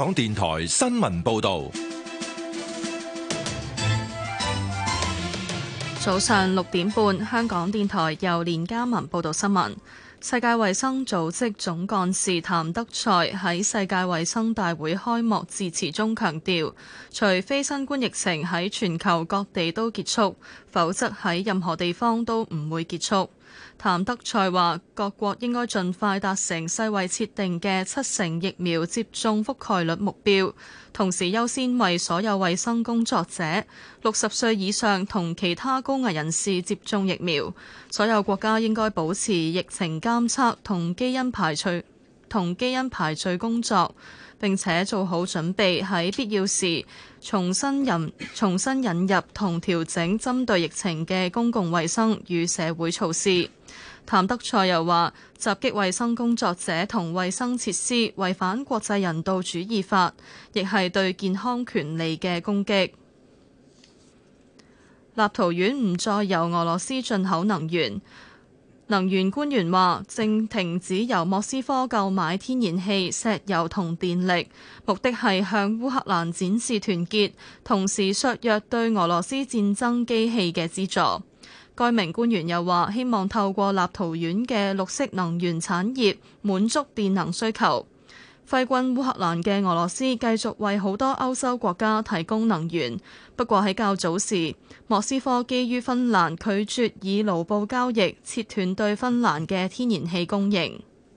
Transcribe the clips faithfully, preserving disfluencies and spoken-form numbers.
港電台新聞報道。 早上六點半，香港電台由連家文報道新聞。世界衛生組織總幹事譚德塞喺世界衛生大會開幕致辭中強調，除非新冠疫情喺全球各地都結束，否則喺任何地方都唔會結束。譚德塞話，各國應該盡快達成世衛設定嘅七成疫苗接種覆蓋率目標，同時優先為所有衛生工作者、六十歲以上同其他高危人士接種疫苗。所有國家應該保持疫情監測同基因排除同基因排序工作，並且做好準備喺必要時重新引重新引入同調整針對疫情嘅公共衛生與社會措施。譚德塞又話，襲擊衛生工作者同衛生設施違反國際人道主義法，亦係對健康權利嘅攻擊。立陶宛唔再由俄羅斯進口能源。能源官員話，正停止由莫斯科購買天然氣、石油同電力，目的係向烏克蘭展示團結，同時削弱對俄羅斯戰爭機器嘅資助。該名官員又話，希望透過立陶宛嘅綠色能源產業滿足電能需求。揮軍烏克蘭嘅俄羅斯繼續為好多歐洲國家提供能源，不過喺較早時，莫斯科基於芬蘭拒絕以盧布交易，切斷對芬蘭嘅天然氣供應。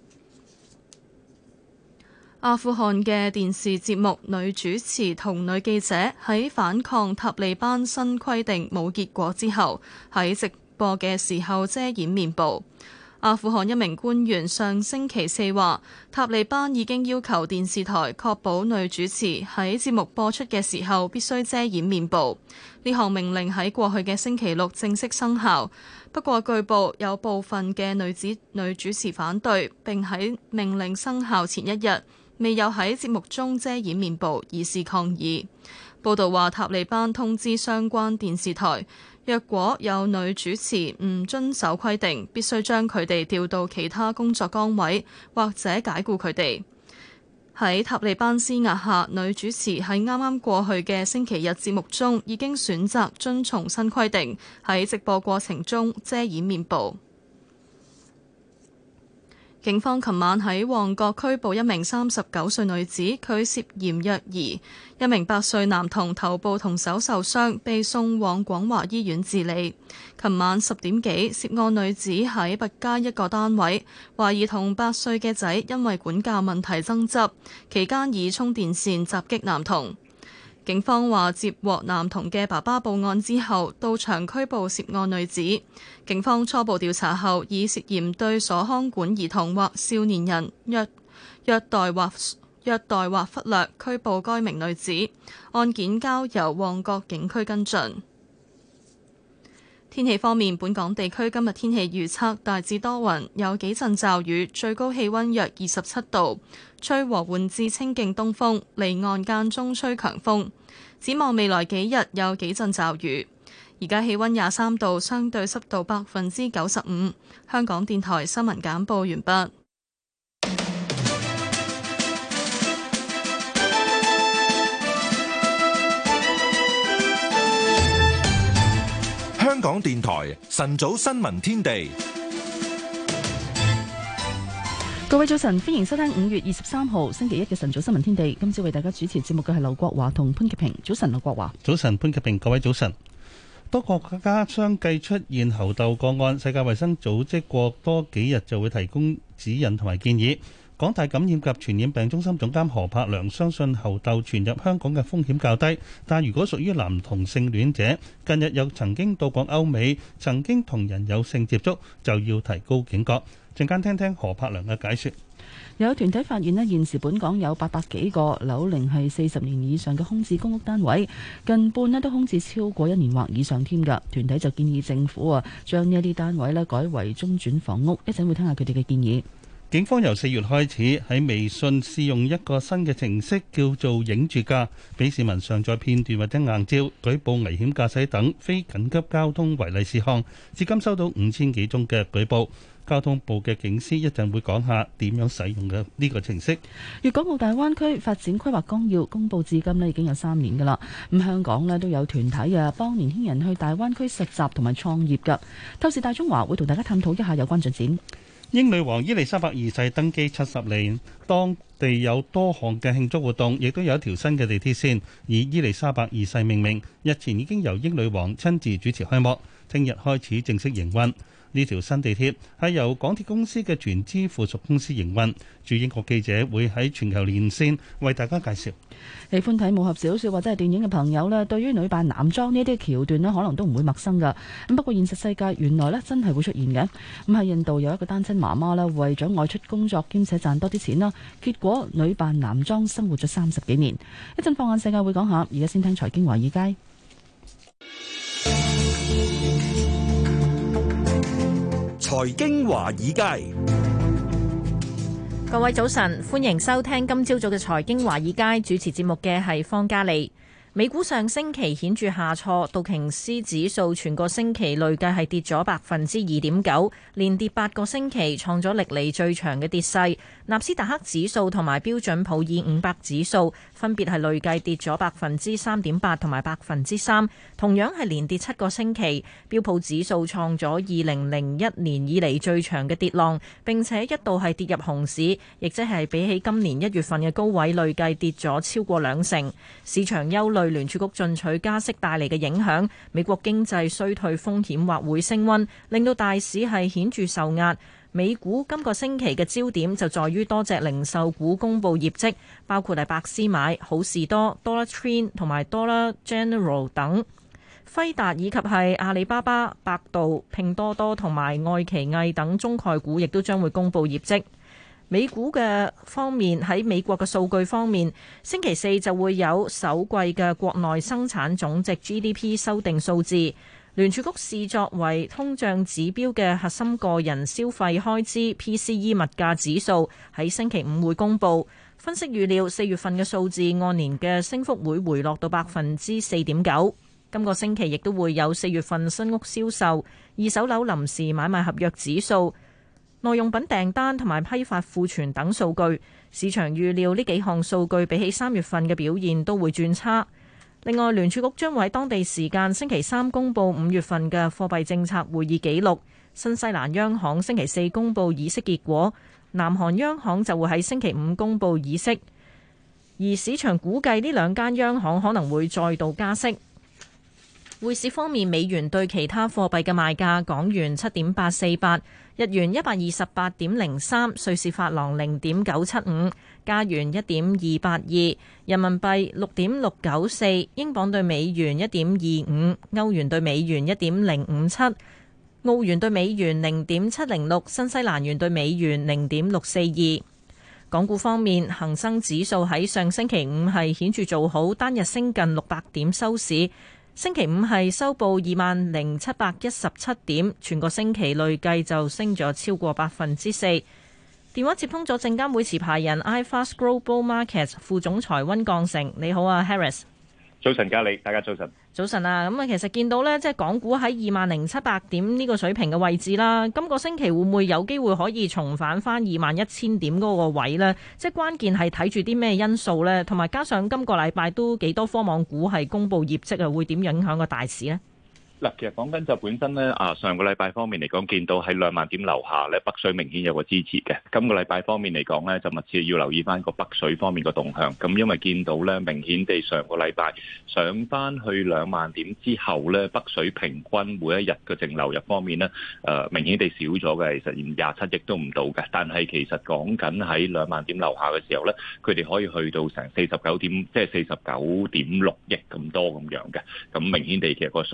阿富汗嘅電視節目女主持同女記者喺反抗塔利班新規定冇結果之後，喺直播嘅時候遮掩面部。阿富汗一名官員上星期四話，塔利班已經要求電視台確保女主持喺節目播出嘅時候必須遮掩面部。呢項命令喺過去嘅星期六正式生效，不過據報有部分嘅女子女主持反對，並喺命令生效前一日未有喺節目中遮掩面部，以示抗議。報道話，塔利班通知相關電視台，若果有女主持唔遵守規定，必須將佢哋調到其他工作崗位，或者解僱佢哋。喺塔利班施壓下，女主持喺啱啱過去嘅星期日節目中已經選擇遵從新規定，喺直播過程中遮掩面部。警方琴晚喺旺角拘捕一名三十九歲女子，佢涉嫌虐兒。一名八歲男童頭部同手受傷，被送往廣華醫院治理。琴晚十點幾，涉案女子喺拔街一個單位，懷疑同八歲嘅仔因為管教問題爭執，期間以充電線襲擊男童。警方話接獲男童嘅爸爸報案之後，到場拘捕涉案女子。警方初步調查後，以涉嫌對所看管兒童或少年人虐虐待或虐待或忽略拘捕該名女子。案件交由旺角警區跟進。天氣方面，本港地區今日天氣預測大致多雲，有幾陣驟雨，最高氣溫約二十七度，吹和緩至清勁東風，離岸間中吹強風。展望未來幾日有幾陣驟雨。而家氣溫廿三度，相對濕度百分之九十五。香港電台新聞簡報完畢。 香港電台晨早新聞天地， 各位早晨，歡迎收聽五月二十三號星期一嘅晨早新聞天地。今朝為大家主持節目嘅係劉國華同潘潔平。早晨，劉國華。 早晨，潘潔平。各位早晨。多個國家相繼出現猴痘個案，世界衛生組織過多幾日就會提供指引同埋建議。港大感染及傳染病中心總監何柏良相信猴痘傳入香港嘅風險較低，但如果屬於男同性戀者，近日又曾經到過歐美，曾經同人有性接觸，就要提高警覺。陣間聽聽何柏良嘅解說。 有團體發現咧，現時本港有八百幾個樓齡係四十年以上嘅空置公屋單位，近半咧都空置超過一年或以上添㗎。團體就建議政府啊，將呢一啲單位咧改為中轉房屋。一陣會聽下佢哋嘅建議。 警方由四月開始喺微信試用一個新嘅程式，叫做影住駕，俾市民上載片段或者硬照舉報危險駕駛等非緊急交通違例事項。至今收到五千幾宗嘅舉報。交通部嘅警司一陣會講下點樣使用嘅呢個程式。 粵港澳大灣區發展規劃綱要公佈至今咧已經有三年㗎啦。咁香港咧都有團體啊幫年輕人去大灣區實習同埋創業㗎。透視大中華會同大家探討一下有關進展。 英女王伊麗莎白二世登基七十年，當地有多項嘅慶祝活動，亦都有一條新嘅地鐵線以伊麗莎白二世命名。日前已經由英女王親自主持開幕，聽日開始正式營運。呢條新地鐵係由港鐵公司嘅全資附屬公司營運。駐英國記者會喺全球連線為大家介紹。 喜歡睇武俠小說或者係電影嘅朋友咧，對於女扮男裝呢啲橋段咧，可能都唔會陌生噶。咁不過現實世界原來咧真係會出現嘅。咁喺印度有一個單親媽媽咧，為咗外出工作兼且賺多啲錢啦，結果女扮男裝生活咗三十幾年。一陣放眼世界會講下，而家先聽財經華爾街。 財經華爾街， 各位早晨，歡迎收聽今朝早嘅財經華爾街，主持節目嘅係方嘉利。美股上星期顯著下挫，道瓊斯指數全個星期累計係跌咗百分之二點九，連跌八個星期，創咗歷嚟最長嘅跌勢。納斯達克指數同埋標準普爾五百指數分別係累計跌咗百分之三點八同埋百分之三，同樣係連跌七個星期。標普指數創咗二零零一年以嚟最長嘅跌浪，並且一度係跌入熊市，亦即係比起今年一月份嘅高位累計跌咗超過兩成。市場憂慮聯儲局進取加息帶嚟嘅影響，美國經濟衰退風險或會升溫，令到大市係顯著受壓。美股今個星期嘅焦點就在於多隻零售股公布業績，包括係百思買、好事多、Dollar Tree 同埋 Dollar General 等。輝達以及係阿里巴巴、百度、拼多多同埋愛奇藝等中概股亦都將會公布業績。美股嘅方面，喺美國嘅數據方面，星期四就會有首季嘅國內生產總值 G D P 修訂數字。聯儲局視作為通脹指標嘅核心個人消費開支 P C E 物價指數喺星期五會公佈。分析預料四月份嘅數字按年嘅升幅會回落到百分之四點九。今個星期亦都會有四月份新屋銷售、二手樓臨時買賣合約指數、耐用品訂單同埋批發庫存等數據。市場預料呢幾項數據比起三月份嘅表現都會轉差。另外，聯儲局將會喺當地時間星期三公佈五月份嘅貨幣政策會議記錄。新西蘭央行星期四公佈議息結果，南韓央行就會喺星期五公佈議息。而市場估計呢兩間央行可能會再度加息。匯市方面，美元對其他貨幣嘅賣價：港元七點八四八，日元一百二十八點零三，瑞士法郎零點九七五，加元一點二八二，人民幣六點六九四，英鎊對美元一點二五，歐元對美元一點零五七，澳元對美元零點七零六，新西蘭元對美元零點六四二。港股方面，恒生指數喺上星期五係顯著做好，單日升近六百點收市。星期五係收報二萬零七百一十七點，全個星期累計就升咗超過百分之四。電話接通咗證監會持牌人 iFast Global Markets 副總裁溫鋼成，你好啊 Harris。 早晨，嘉利，大家早晨。早晨啊，咁啊，其實見到呢，即係港股喺二萬零七百點呢個水平嘅位置啦。今個星期會唔會有機會可以重返翻二萬一千點嗰個位呢？即係關鍵係睇住啲咩因素呢？同埋加上今個禮拜都幾多科網股係公布業績啊，會點影響個大市呢？ 嗱，其實講緊就本身咧，啊上個禮拜方面嚟講，見到喺兩萬點樓下咧，北水明顯有個支持嘅。今個禮拜方面嚟講咧，就密切要留意翻個北水方面個動向。咁因為見到咧，明顯地上個禮拜上翻去兩萬點之後咧，北水平均每一日嘅淨流入方面咧，誒明顯地少咗嘅，其實連廿七億都唔到嘅。但係其實講緊喺兩萬點樓下嘅時候咧，佢哋可以去到成四十九點，即係四十九點六億咁多咁樣嘅。咁明顯地其實個數方面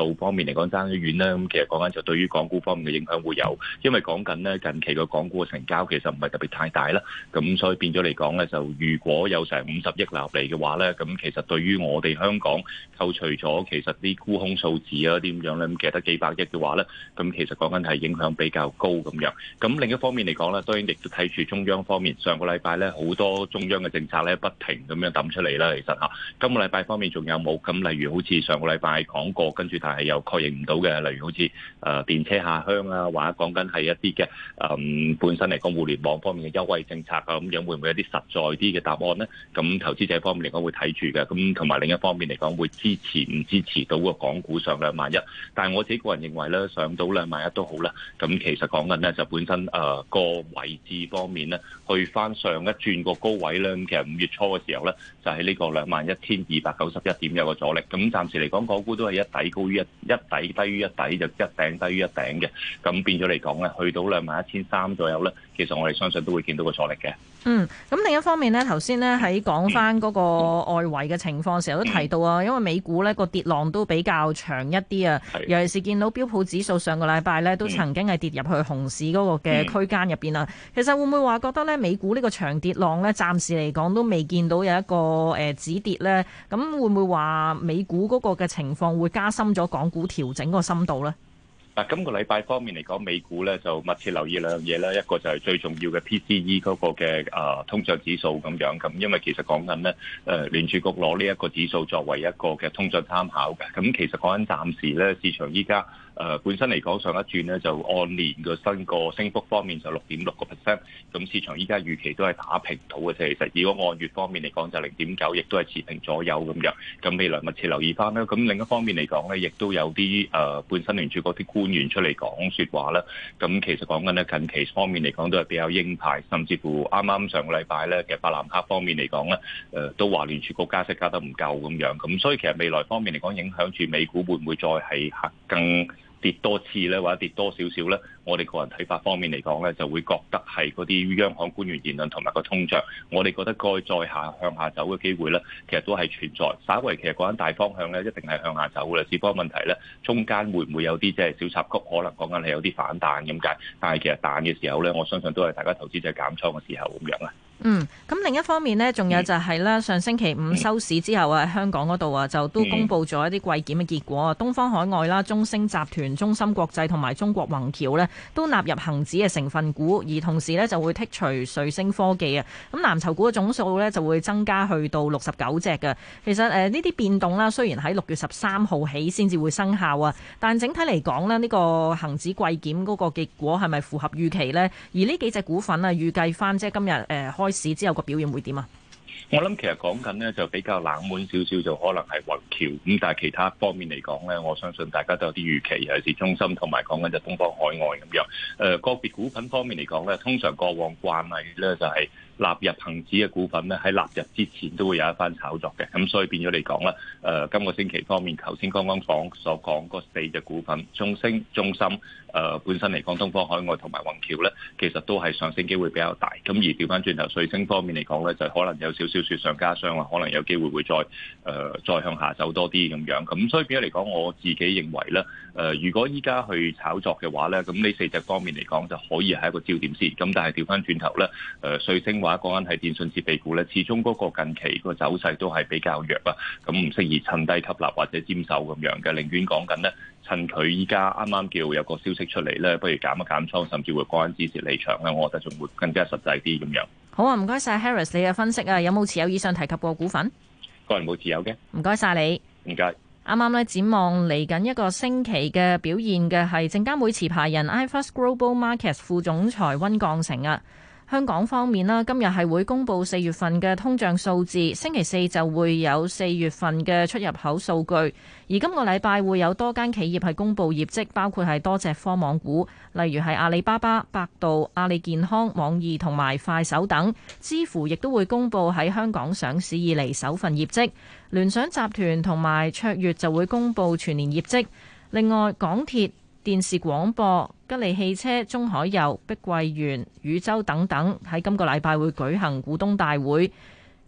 嚟講爭咗遠啦。咁其實講緊就對於港股方面嘅影響會有，因為講緊呢近期個港股嘅成交其實唔係特別太大啦。咁所以變咗嚟講呢，就如果有成五十億流嚟嘅話呢，咁其實對於我哋香港扣除咗其實啲沽空數字啊啲咁樣咧，咁其實得幾百億嘅話呢，咁其實講緊係影響比較高咁樣。咁另一方面嚟講呢，當然亦都睇住中央方面，上個禮拜呢，好多中央嘅政策呢不停咁樣抌出嚟啦。其實嚇，今個禮拜方面仲有冇？咁例如好似上個禮拜講過，跟住但係又確認唔到嘅，例如好似誒電車下鄉啊，或者講緊係一啲嘅誒本身嚟講互聯網方面嘅優惠政策啊，咁樣會唔會有啲實在啲嘅答案呢？咁投資者方面嚟講會睇住嘅，咁同埋另一方面嚟講會支持唔支持到個港股上兩萬一？但係我自己個人認為咧，上到兩萬一都好啦。咁其實講緊呢，就本身誒個、呃、位置方面呢，去翻上一轉個高位咧，咁其實五月初嘅時候咧，就喺呢個兩萬一千二百九十一點有個阻力。咁暫時嚟講，港股都係一底高於一一底低於一底，就一頂低於一頂嘅。咁變咗嚟講咧，去到兩萬一千三左右咧，其實我哋相信都會見到個阻力嘅。 嗯，咁另一方面呢，頭先呢喺講翻嗰個外圍嘅情況時候都提到啊，因為美股呢個跌浪都比較長一啲啊，尤其是見到標普指數上個禮拜呢都曾經係跌入去熊市嗰個嘅區間入邊啊。其實會唔會話覺得呢美股呢個長跌浪呢，暫時嚟講都未見到有一個誒止跌呢？咁會唔會話美股嗰個嘅情況會加深咗港股調整個深度呢？ 嗱，今個禮拜方面嚟講，美股咧就密切留意兩樣嘢啦，一個就係最重要嘅 P C E 嗰個嘅啊通脹指數咁樣，咁因為其實講緊咧誒聯儲局攞呢一個指數作為一個嘅通脹參考嘅，咁其實講緊暫時咧市場依家誒本身嚟講上一轉咧就按年個新個升幅方面就六點六個 percent，咁市場依家預期都係打平到嘅啫。其實如果按月方面嚟講就零點九，亦都係持平左右咁樣。咁未來密切留意翻啦。咁另一方面嚟講咧，亦都有啲誒、呃、本身聯儲局啲官員出嚟講説話啦。咁其實講緊咧近期方面嚟講都係比較鷹派，甚至乎啱啱上個禮拜咧，其實伯南克方面嚟講咧，誒、呃、都話聯儲局加息加得唔夠咁樣。咁所以其實未來方面嚟講，影響住美股會唔會再係更跌多次咧，或者跌多少少咧？我哋個人睇法方面嚟講咧，就會覺得係嗰啲央行官員言論同埋個通脹，我哋覺得該再下向下走嘅機會咧，其實都係存在。稍為其實講緊大方向咧，一定係向下走嘅啦。只不過問題咧，中間會唔會有啲即係小插曲？可能講緊係有啲反彈咁解。但係其實彈嘅時候咧，我相信都係大家投資者減倉嘅時候咁樣啦。 嗯，咁另一方面呢，仲有就係咧，上星期五收市之後啊，香港嗰度啊，就都公布咗一啲季檢嘅結果啊。東方海外啦、中升集團、中芯國際同埋中國宏橋呢，都納入恒指嘅成分股，而同時呢，就會剔除瑞聲科技啊。咁藍籌股嘅總數呢，就會增加去到六十九隻嘅。其實誒呢啲變動啦，雖然喺六月十三號起先至會生效啊，但整體嚟講呢，呢個恒指季檢嗰個結果係咪符合預期呢？而呢幾隻股份啊，預計翻即係今日誒開市之後個表現會點啊？ 我諗其實講緊呢就比較冷門少少，就可能係宏橋咁，但係其他方面嚟講呢，我相信大家都有啲預期，尤其是中芯同埋講緊就東方海外咁樣。誒、呃、個別股份方面嚟講呢，通常過往慣例呢就係、是。納入恒指嘅股份咧，喺納入之前都會有一番炒作嘅，咁所以變咗嚟講啦，誒、呃、今個星期方面，頭先剛剛講所講嗰四隻股份，中升、中芯，誒、呃、本身嚟講，東方海外同埋宏橋咧，其實都係上升機會比較大。咁而調翻轉頭，瑞聲方面嚟講咧，就可能有少少雪上加霜啊，可能有機會會再誒、呃、再向下走多啲咁樣。咁所以變咗嚟講，我自己認為咧，誒、呃、如果依家去炒作嘅話咧，咁呢四隻方面嚟講就可以係一個焦點先。咁但係調翻轉頭咧，誒、呃、瑞聲話講緊係電信設備股咧，始終嗰個近期個走勢都係比較弱啊，咁唔適宜趁低吸納或者沾手咁樣嘅，寧願講緊呢，趁佢依家啱啱叫有個消息出嚟咧，不如減一減倉，甚至會講緊止蝕離場咧，我覺得仲會更加實際啲咁樣。 好啊，唔該晒 Harris 你嘅分析啊，有冇持有以上提及過股份？ 個人冇持有嘅。 唔該晒你。 唔該。 啱啱咧展望嚟緊一個星期嘅表現嘅係證監會持牌人 iFAST Global Markets 副總裁溫鋼成啊。香港方面啦，今日係會公布四月份嘅通脹數字，星期四就會有四月份嘅出入口數據。而今個禮拜會有多間企業係公布業績，包括係多隻科網股，例如係阿里巴巴、百度、阿里健康、網易同埋快手等。知乎亦都會公布喺香港上市以嚟首份業績。聯想集團同埋卓越就會公布全年業績。另外，港鐵、電視廣播、吉利汽車、中海油、碧桂園、宇宙等等喺今個禮拜會舉行股東大會。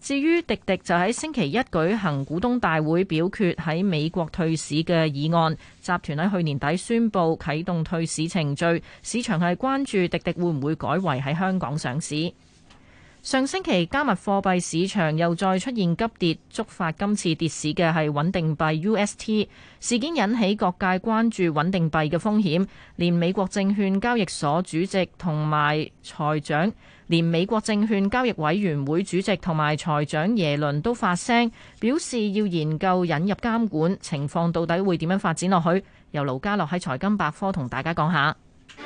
至於迪迪就喺星期一舉行股東大會表決喺美國退市嘅議案，集團喺去年底宣布啟動退市程序，市場係關注迪迪會唔會改為喺香港上市。上星期加密貨幣市場又再出現急跌，觸發今次跌市嘅係穩定幣 U S T 事件，引起各界關注穩定幣嘅風險，連美國證券交易所主席同埋財長連美國證券交易委員會主席同埋財長耶倫都發聲，表示要研究引入監管，情況到底會點樣發展落去？由盧家樂喺財金百科同大家講下。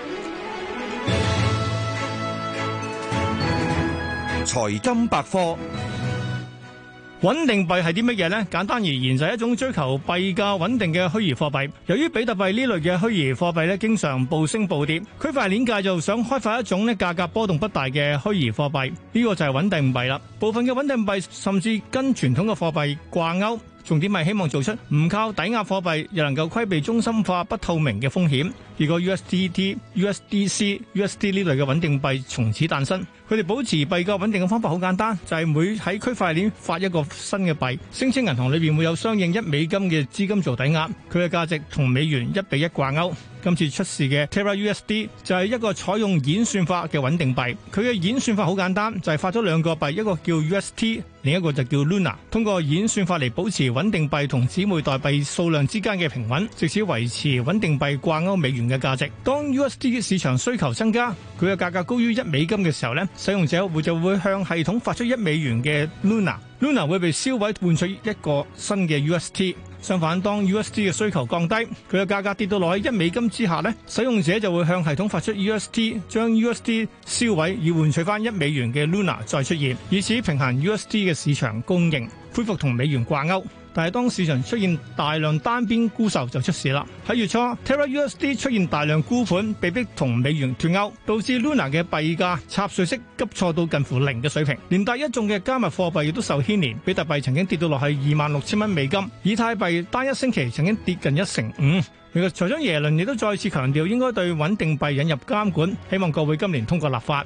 財金百科。 穩定幣係啲乜嘢呢？簡單而言就係一種追求幣價穩定嘅虛擬貨幣。由於比特幣呢類嘅虛擬貨幣咧經常暴升暴跌，區塊鏈界就想開發一種咧價格波動不大嘅虛擬貨幣，呢個就係穩定幣啦。部分嘅穩定幣甚至跟傳統嘅貨幣掛鈎。重點係希望做出唔靠抵押貨幣，又能夠規避中心化不透明嘅風險。結果 U S D T、U S D C、U S D 呢類嘅穩定幣從此誕生。佢哋保持幣價穩定嘅方法好簡單，就係、是、每喺區塊鏈發一個新嘅幣，聲稱銀行裏邊會有相應一美金嘅資金做抵押，佢嘅價值同美元一比一掛鈎。今次出事嘅 Terra U S D 就係一個採用演算法嘅穩定幣，佢嘅演算法好簡單，就係、是、發咗兩個幣，一個叫 U S T， 另一個就叫 Luna。通過演算法嚟保持穩定幣同姊妹代幣數量之間嘅平穩，藉此維持穩定幣掛鈎美元嘅價值。當 U S D 市場需求增加，佢嘅價格高於一美金嘅時候呢，使用者會就會向系統發出一美元嘅 Luna，Luna 會被銷毀換取一個新嘅 U S T。相反，當 U S D 嘅需求降低，佢嘅價格跌到落去一美金之下呢，使用者就會向系統發出 U S T， 將 U S D 銷毀以換取翻一美元嘅 Luna 再出現，以此平衡 U S D 嘅市場供應，恢復同美元掛鈎。但係當市場出現大量單邊沽售就出事啦。喺月初 Terra U S D 出現大量沽盤，被逼同美元脫鈎，導致 Luna 嘅幣價插水式急挫到近乎零嘅水平。連帶一眾嘅加密貨幣亦都受牽連，比特幣曾經跌到落去二萬六千蚊美金，以太幣單一星期曾經跌近一成五。美國財長耶倫亦都再次強調應該對穩定幣引入監管，希望國會今年通過立法。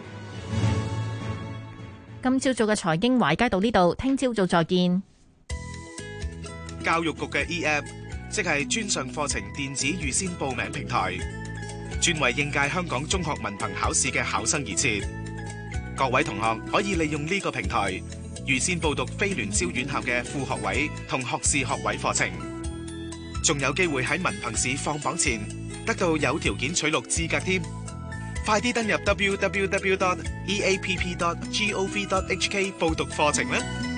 今朝早嘅財經華爾街到呢度，聽朝早再見。 教育局嘅 E A P， 即係專上課程電子預先報名平台，專為應屆香港中學文憑考試嘅考生而設。各位同學可以利用呢個平台預先報讀非聯招院校嘅副學位同學士學位課程，仲有機會喺文憑試放榜前得到有條件取錄資格添。快啲登入 double-u double-u double-u dot e a p p dot gov dot h k 報讀課程啦！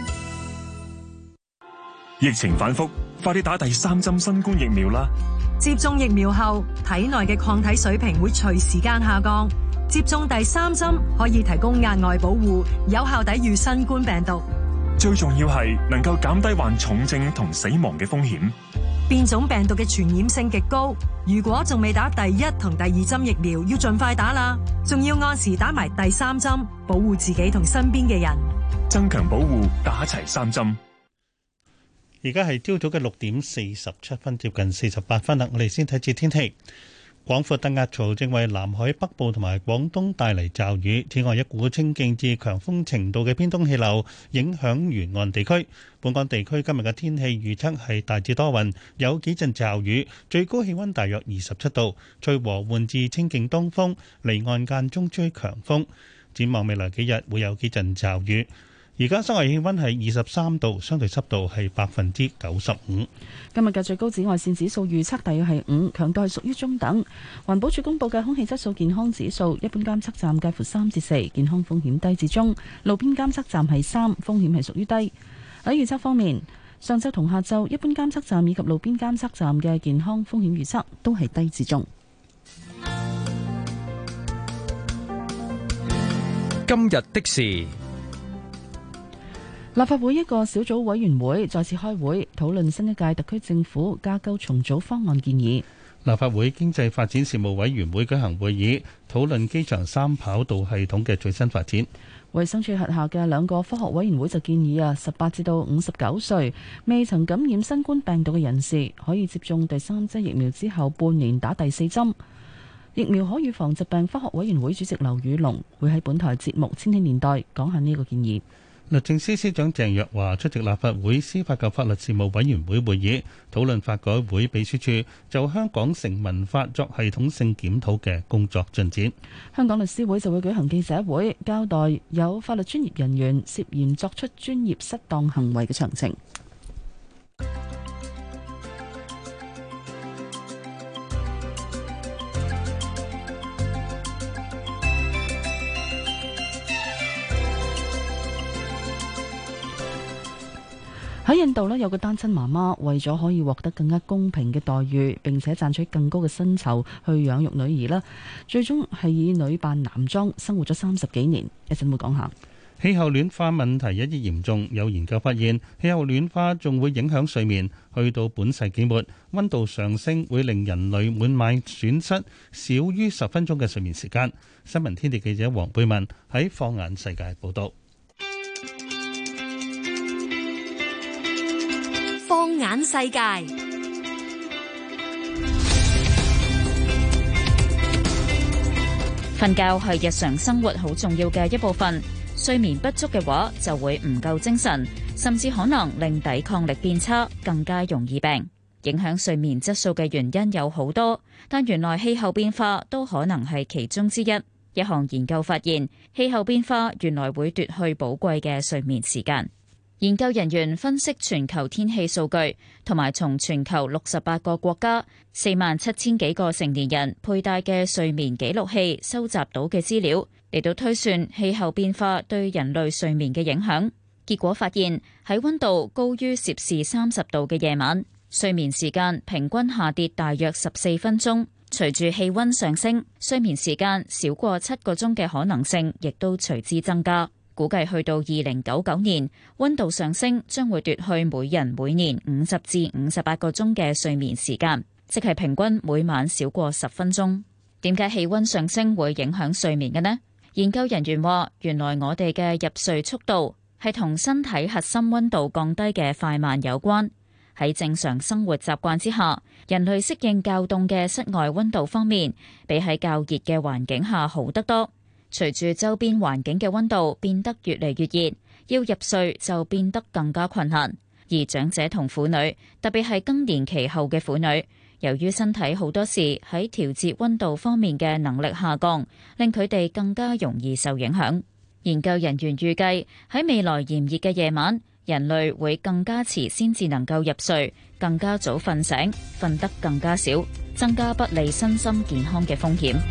疫情反覆，快啲打第三針新冠疫苗啦！ 接種疫苗後，體內嘅抗體水平會隨時間下降。接種第三針可以提供額外保護，有效抵禦新冠病毒。 最重要係能夠減低患重症同死亡嘅風險。 變種病毒嘅傳染性極高，如果仲未打第一同第二針疫苗，要盡快打啦。仲要按時打埋第三針，保護自己同身邊嘅人， 增強保護，打齊三針。 而家係朝早嘅六點四十七分，接近四十八分啦。我哋先睇次天氣。廣闊低壓槽正為南海北部同埋廣東帶嚟驟雨，此外一股清勁至強風程度嘅偏東氣流影響沿岸地區。本港地區今日嘅天氣預測係大致多雲，有幾陣驟雨，最高氣溫大約二十七度，吹和緩至清勁東風，離岸間中吹強風。展望未來幾日會有幾陣驟雨。而家室外氣溫係二十三度，相對濕度係百分之九十五。 今日嘅最高紫外線指數預測大約係五，強度係屬於中等。環保署公布嘅空氣質素健康指數，一般監測站介乎三至四，健康風險低至中；路邊監測站係三，風險係屬於低。喺預測方面，上晝同下晝一般監測站以及路邊監測站嘅健康風險預測都係低至中。 今日的事。 立法會一個小組委員會再次開會討論新一屆特區政府架構重組方案建議。 立法會經濟發展事務委員會舉行會議，討論機場三跑道系統嘅最新發展。 衛生署轄下嘅兩個科學委員會就建議啊，十八至到五十九歲未曾感染新冠病毒嘅人士，可以接種第三劑疫苗之後半年打第四針。疫苗可預防疾病科學委員會主席劉宇龍會喺本台節目《千禧年代》講下呢個建議。 律政司司長鄭若驊出席立法會司法及法律事務委員會會議，討論法改會秘書處就香港成文法作系統性檢討嘅工作進展。 香港律師會就會舉行記者會，交代有法律專業人員涉嫌作出專業失當行為嘅詳情。喺印度呢，有個單親媽媽為咗可以獲得更加公平嘅待遇，並且賺取更高嘅薪酬去養育女兒啦，最終係以女扮男裝生活咗三十幾年。一陣會講下。 氣候暖化問題日益嚴重，有研究發現氣候暖化仲會影響睡眠，去到本世紀末，溫度上升會令人類每晚損失少於十分鐘嘅睡眠時間。新聞天地記者黃貝文喺放眼世界報道。 放眼世界，瞓覺係日常生活好重要嘅一部分。睡眠不足嘅話，就會唔夠精神，甚至可能令抵抗力變差，更加容易病。影響睡眠質素嘅原因有好多，但原來氣候變化都可能係其中之一。一項研究發現，氣候變化原來會奪去寶貴嘅睡眠時間。研究人員分析全球天氣數據，同埋從全球六十八個國家四萬七千幾個成年人佩戴嘅睡眠記錄器收集到嘅資料，嚟到推算氣候變化對人類睡眠嘅影響。結果發現，喺溫度高於攝氏三十度嘅夜晚，睡眠時間平均下跌大約十四分鐘。隨住氣溫上升，睡眠時間少過七個鐘嘅可能性亦都隨之增加。估計去到二零九九年，溫度上升將會奪去每人每年五十至五十八個鐘嘅睡眠時間，即係平均每晚少過十分鐘。點解氣溫上升會影響睡眠嘅呢？研究人員話，原來我哋嘅入睡速度係同身體核心溫度降低嘅快慢有關。喺正常生活習慣之下，人類適應較凍嘅室外溫度方面，比喺較熱嘅環境下好得多。隨住周邊環境嘅溫度變得越嚟越熱，要入睡就變得更加困難。而長者同婦女，特別係更年期後嘅婦女，由於身體好多時喺調節溫度方面嘅能力下降，令佢哋更加容易受影響。研究人員預計喺未來炎熱嘅夜晚，人類會更加遲先至能夠入睡，更加早瞓醒，瞓得更加少，增加不利身心健康嘅風險。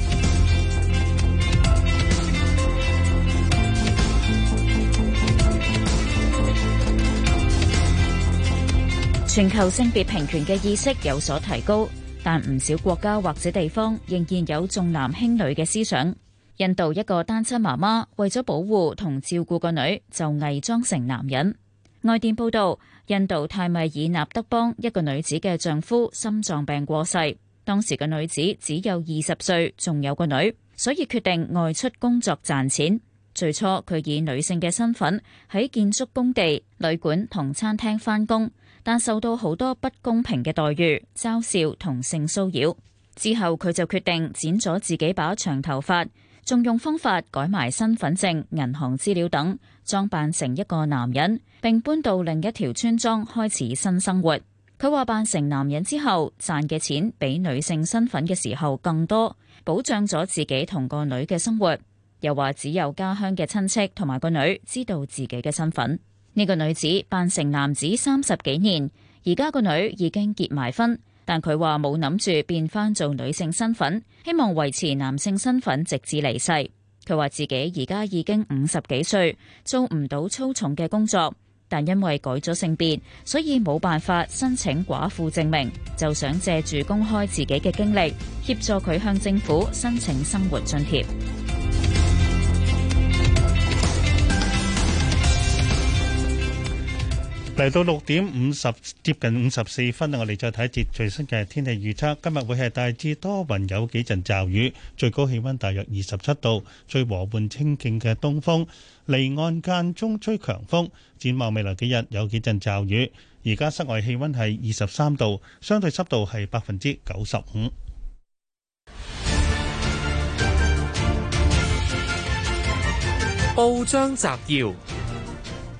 全球性別平權嘅意識有所提高，但唔少國家或者地方仍然有重男輕女嘅思想。印度一個單親媽媽為咗保護同照顧個女，就偽裝成男人。外電報道，印度泰米爾納德邦一個女子嘅丈夫心臟病過世，當時個女子只有二十歲，仲有個女，所以決定外出工作賺錢。最初佢以女性嘅身份喺建築工地、旅館同餐廳返工，但受到好多不公平嘅待遇、嘲笑同性騷擾。之後佢就決定剪咗自己把長頭髮，仲用方法改埋身份證、銀行資料等，裝扮成一個男人，並搬到另一條村莊開始新生活。佢話扮成男人之後賺嘅錢比女性身份嘅時候更多，保障咗自己同個女嘅生活。又話只有家鄉嘅親戚同埋個女知道自己嘅身份。呢個女子扮成男子三十幾年，而家個女已經結埋婚，但佢話冇諗住變翻做女性身份，希望維持男性身份直至離世。佢話自己而家已經五十幾歲，做唔到粗重嘅工作，但因為改咗性別，所以冇辦法申請寡婦證明，就想借住公開自己嘅經歷，協助佢向政府申請生活津貼。 嚟到六點五十，接近五十四分，我哋再睇一節最新嘅天氣預測。今日會係大致多雲，有幾陣驟雨，最高氣溫大約二十七度，吹和緩清勁嘅東風，離岸間中吹強風。展望未來幾日有幾陣驟雨。而家室外氣溫係二十三度，相對濕度係百分之九十五。 報章摘要。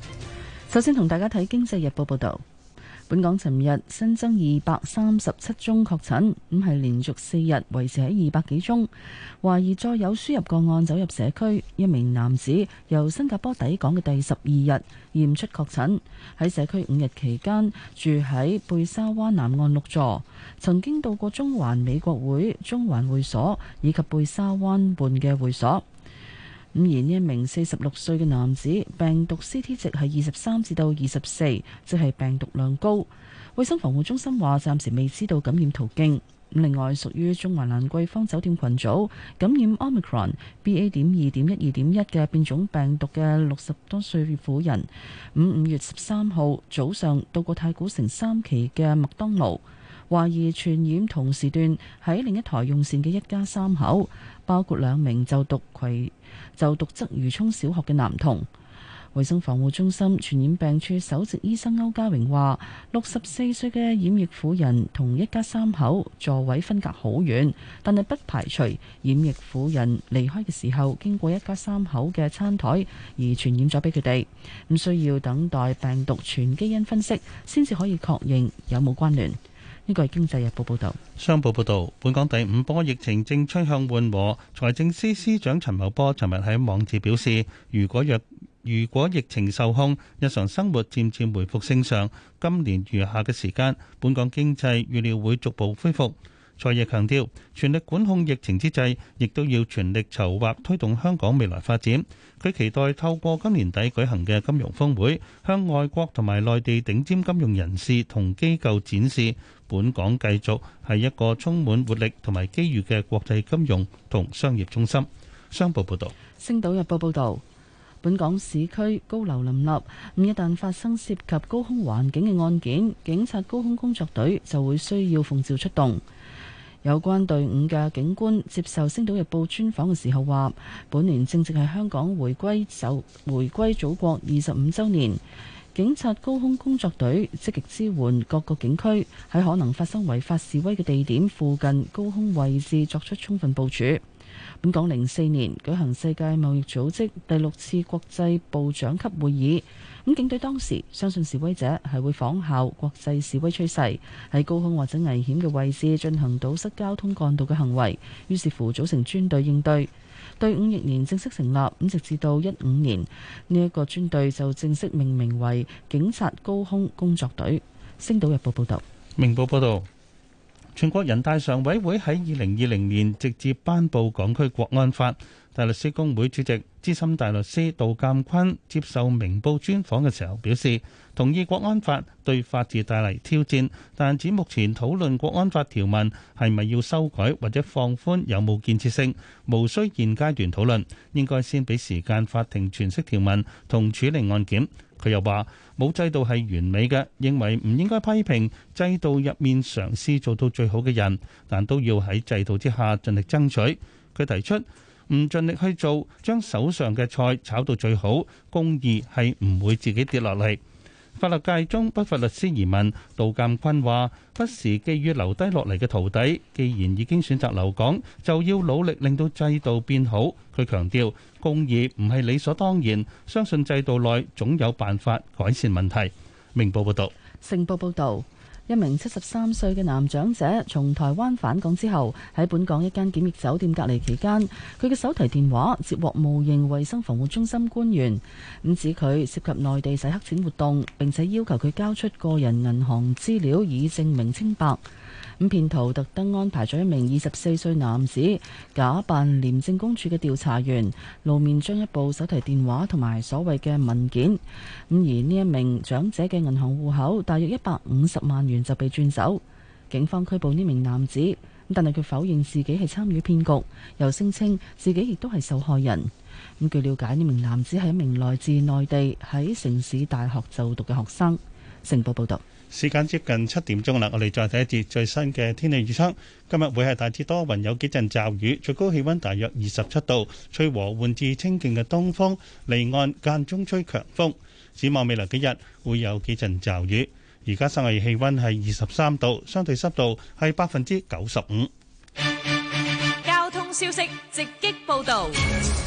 首先同大家睇《經濟日報》報導。本港尋日新增二百三十七宗確診，咁係連續四日維持喺二百幾宗。懷疑再有輸入個案走入社區，一名男子由新加坡抵港嘅第十二日驗出確診，喺社區五日期間住喺貝沙灣南岸六座，曾經到過中環美國會、中環會所以及貝沙灣畔嘅會所。咁而呢一名四十六歲嘅男子病毒 C T 值係二十三至到二十四，即係病毒量高。衛生防護中心話暫時未知道感染途徑。另外，屬於中環蘭桂坊酒店群組感染 Omicron B A 點二點一二點一嘅變種病毒嘅六十多歲婦人，五五月十三號早上到過太古城三期嘅麥當勞，懷疑傳染同時段喺另一台用膳嘅一家三口，包括兩名就讀葵就讀鰂魚涌小學嘅男童。衛生防護中心傳染病處首席醫生歐家榮話，六十四歲嘅染疫婦人同一家三口座位分隔好遠，但係不排除染疫婦人離開嘅時候經過一家三口嘅餐台而傳染咗俾佢哋，咁需要等待病毒全基因分析先至可以確認有冇關聯。呢個係《經濟日報》報導。 商報報導，本港第五波疫情正趨向緩和。財政司司長陳茂波尋日喺網誌表示，如果若如果疫情受控，日常生活漸漸回復正常，今年餘下嘅時間，本港經濟預料會逐步恢復。財爺強調，全力管控疫情之際，亦都要全力籌劃推動香港未來發展。佢期待透過今年底舉行嘅金融峰會，向外國同埋內地頂尖金融人士同機構展示，本港繼續係一個充滿活力同埋機遇嘅國際金融同商業中心。商報報導。 星島日報報導。本港市區高樓林立，咁一旦發生涉及高空環境嘅案件，警察高空工作隊就會需要奉召出動。有關隊伍嘅警官接受《星島日報》專訪嘅時候話，本年正值係香港回歸首回歸祖國二十五週年，警察高空工作隊積極支援各個警區，喺可能發生違法示威嘅地點附近高空位置作出充分部署。本港零四年舉行世界貿易組織第六次國際部長級會議，咁警隊當時相信示威者係會仿效國際示威趨勢，喺高空或者危險嘅位置進行堵塞交通幹道嘅行為，於是乎組成專隊應對。隊伍翌年正式成立，咁直至到一五年呢一個專隊就正式命名為警察高空工作隊。星島日報報道。 明報報道。全國人大常委會喺二零二零年直接頒布港區國安法。大律師公會主席資深大律師杜鑑坤接受明報專訪嘅時候表示，同意國安法對法治帶嚟挑戰，但指目前討論國安法條文係咪要修改或者放寬有冇建設性，無需現階段討論，應該先俾時間法庭詮釋條文同處理案件。佢又話冇制度係完美嘅，認為唔應該批評制度入面嘗試做到最好嘅人，但都要喺制度之下盡力爭取。佢提出唔盡力去做，將手上嘅菜炒到最好，公義係唔會自己跌落嚟。法律界中不乏律師疑問，杜鑑坤話不時寄予留低落嚟嘅徒弟，既然已經選擇留港，就要努力令到制度變好。佢強調公義唔係理所當然，相信制度內總有辦法改善問題。明報報道。 成報報導。一名七十三歲嘅男長者從台灣返港之後，喺本港一間檢疫酒店隔離期間，佢嘅手提電話接獲冒認衛生防護中心官員，咁指佢涉及內地洗黑錢活動，並且要求佢交出個人銀行資料以證明清白。咁騙徒特登安排咗一名二十四歲男子假扮廉政公署嘅調查員，露面將一部手提電話同埋所謂嘅文件。咁而呢一名長者嘅銀行戶口大約一百五十萬元就被轉走。警方拘捕呢名男子，但係佢否認自己係參與騙局，又聲稱自己亦都係受害人。咁據了解，呢名男子係一名來自內地喺城市大學就讀嘅學生。成報報道。 時間接近七點鐘啦，我哋再睇一節最新嘅天氣預測。今日會係大致多雲，有幾陣驟雨，最高氣溫大約二十七度，吹和緩至清勁嘅東風，離岸間中吹強風。展望未來幾日會有幾陣驟雨。而家室外氣溫係二十三度，相對濕度係百分之九十五。 交通消息直擊報道。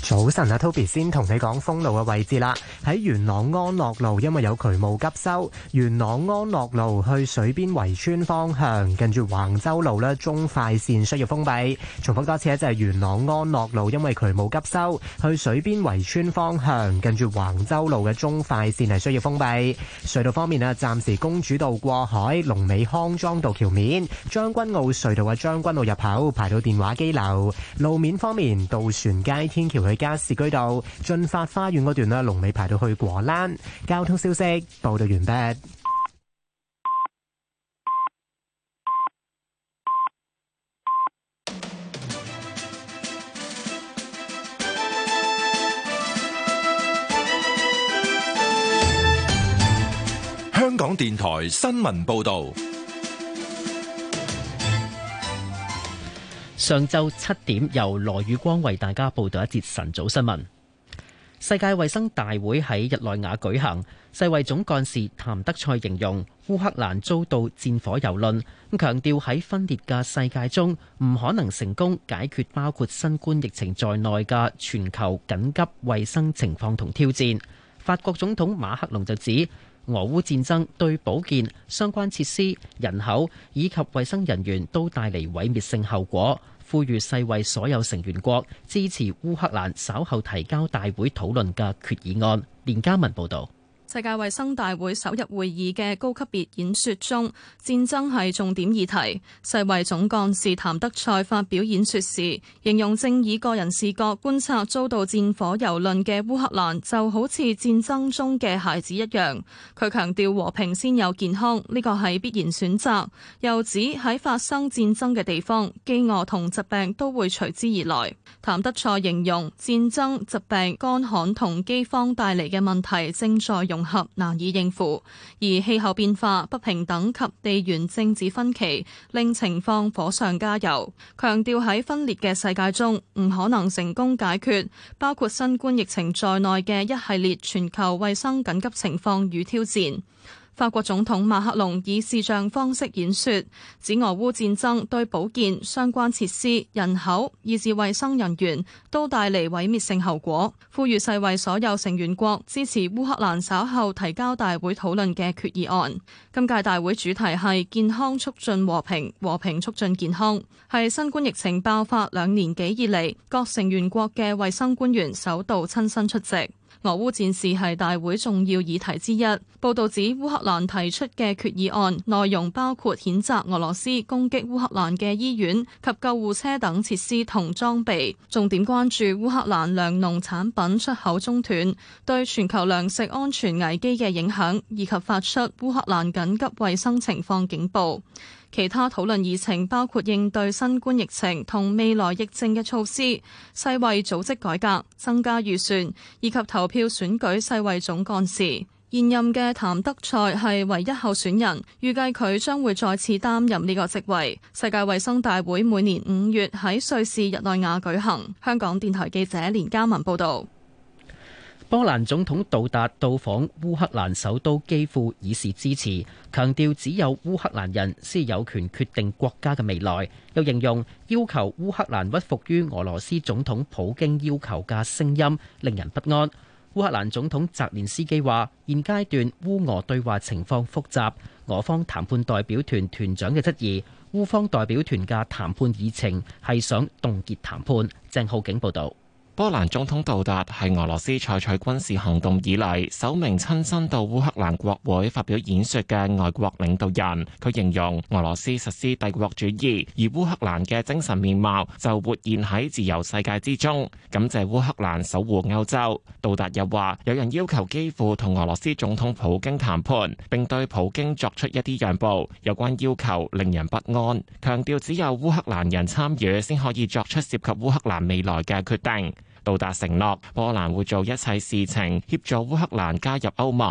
早晨啊 ，Toby 先同你講封路嘅位置啦。喺元朗安樂路，因為有渠務急修，元朗安樂路去水邊圍村方向，近住橫洲路呢，中快線需要封閉。重複多次咧，就係元朗安樂路，因為渠務急修，去水邊圍村方向，近住橫洲路嘅中快線係需要封閉。隧道方面啊，暫時公主道過海、龍尾康莊道橋面、將軍澳隧道嘅將軍澳入口排到電話機樓。路面方面，渡船街天橋去加士居道駿發花園嗰段啦，龍尾排到去果欄。交通消息報道完畢。 香港電台新聞報道。 上晝七點，由羅宇光為大家報道一節晨早新聞。世界衛生大會喺日內瓦舉行，世衛總幹事譚德塞形容烏克蘭遭到戰火蹂躪，咁強調喺分裂嘅世界中唔可能成功解決包括新冠疫情在內嘅全球緊急衛生情況同挑戰。法國總統馬克龍就指，俄烏戰爭對保健、相關設施、人口以及衛生人員都帶嚟毀滅性後果，呼籲世衛所有成員國支持烏克蘭稍後提交大會討論嘅決議案。連家文報導。 世界衛生大會首日會議嘅高級別演說中，戰爭係重點議題。世衛總幹事譚德塞發表演說時，形容正以個人視角觀察遭到戰火蹂躪嘅烏克蘭，就好似戰爭中嘅孩子一樣。佢強調和平先有健康，呢個係必然選擇。又指喺發生戰爭嘅地方，飢餓同疾病都會隨之而來。譚德塞形容戰爭、疾病、乾旱同饑荒帶嚟嘅問題正在融合，難以應付，而氣候變化、不平等及地緣政治分歧令情況火上加油。強調喺分裂嘅世界中唔可能成功解決包括新冠疫情在內嘅一系列全球衛生緊急情況與挑戰。法國總統馬克龍以視像方式演說，指俄烏戰爭對保健、相關設施、人口以至衛生人員都帶嚟毀滅性後果，呼籲世衛所有成員國支持烏克蘭稍後提交大會討論嘅決議案。今屆大會主題係健康促進和平，和平促進健康，係新冠疫情爆發兩年幾以嚟，各成員國嘅衛生官員首度親身出席。俄烏戰事係大會重要議題之一。報道指烏克蘭提出嘅決議案內容包括譴責俄羅斯攻擊烏克蘭嘅醫院及救護車等設施同裝備，重點關注烏克蘭糧農產品出口中斷對全球糧食安全危機嘅影響，以及發出烏克蘭緊急衛生情況警報。其他討論議程包括應對新冠疫情同未來疫症嘅措施、世衛組織改革、增加預算，以及投票選舉世衛總幹事。現任嘅譚德塞係唯一候選人，預計佢將會再次擔任呢個職位。世界衛生大會每年五月喺瑞士日內瓦舉行。香港電台記者連嘉文報導。 波蘭總統杜達到訪烏克蘭首都基輔以示支持，強調只有烏克蘭人先有權決定國家嘅未來。又形容要求烏克蘭屈服於俄羅斯總統普京要求嘅聲音令人不安。烏克蘭總統澤連斯基話：現階段烏俄對話情況複雜，俄方談判代表團團長嘅質疑，烏方代表團嘅談判議程係想凍結談判。鄭浩景報導。 波蘭總統杜達係俄羅斯採取軍事行動以嚟首名親身到烏克蘭國會發表演說嘅外國領導人。佢形容俄羅斯實施帝國主義，而烏克蘭嘅精神面貌就活現喺自由世界之中。感謝烏克蘭守護歐洲。杜達又話：有人要求基輔同俄羅斯總統普京談判，並對普京作出一啲讓步。有關要求令人不安，強調只有烏克蘭人參與先可以作出涉及烏克蘭未來嘅決定。杜達承諾波蘭會做一切事情協助烏克蘭加入歐盟。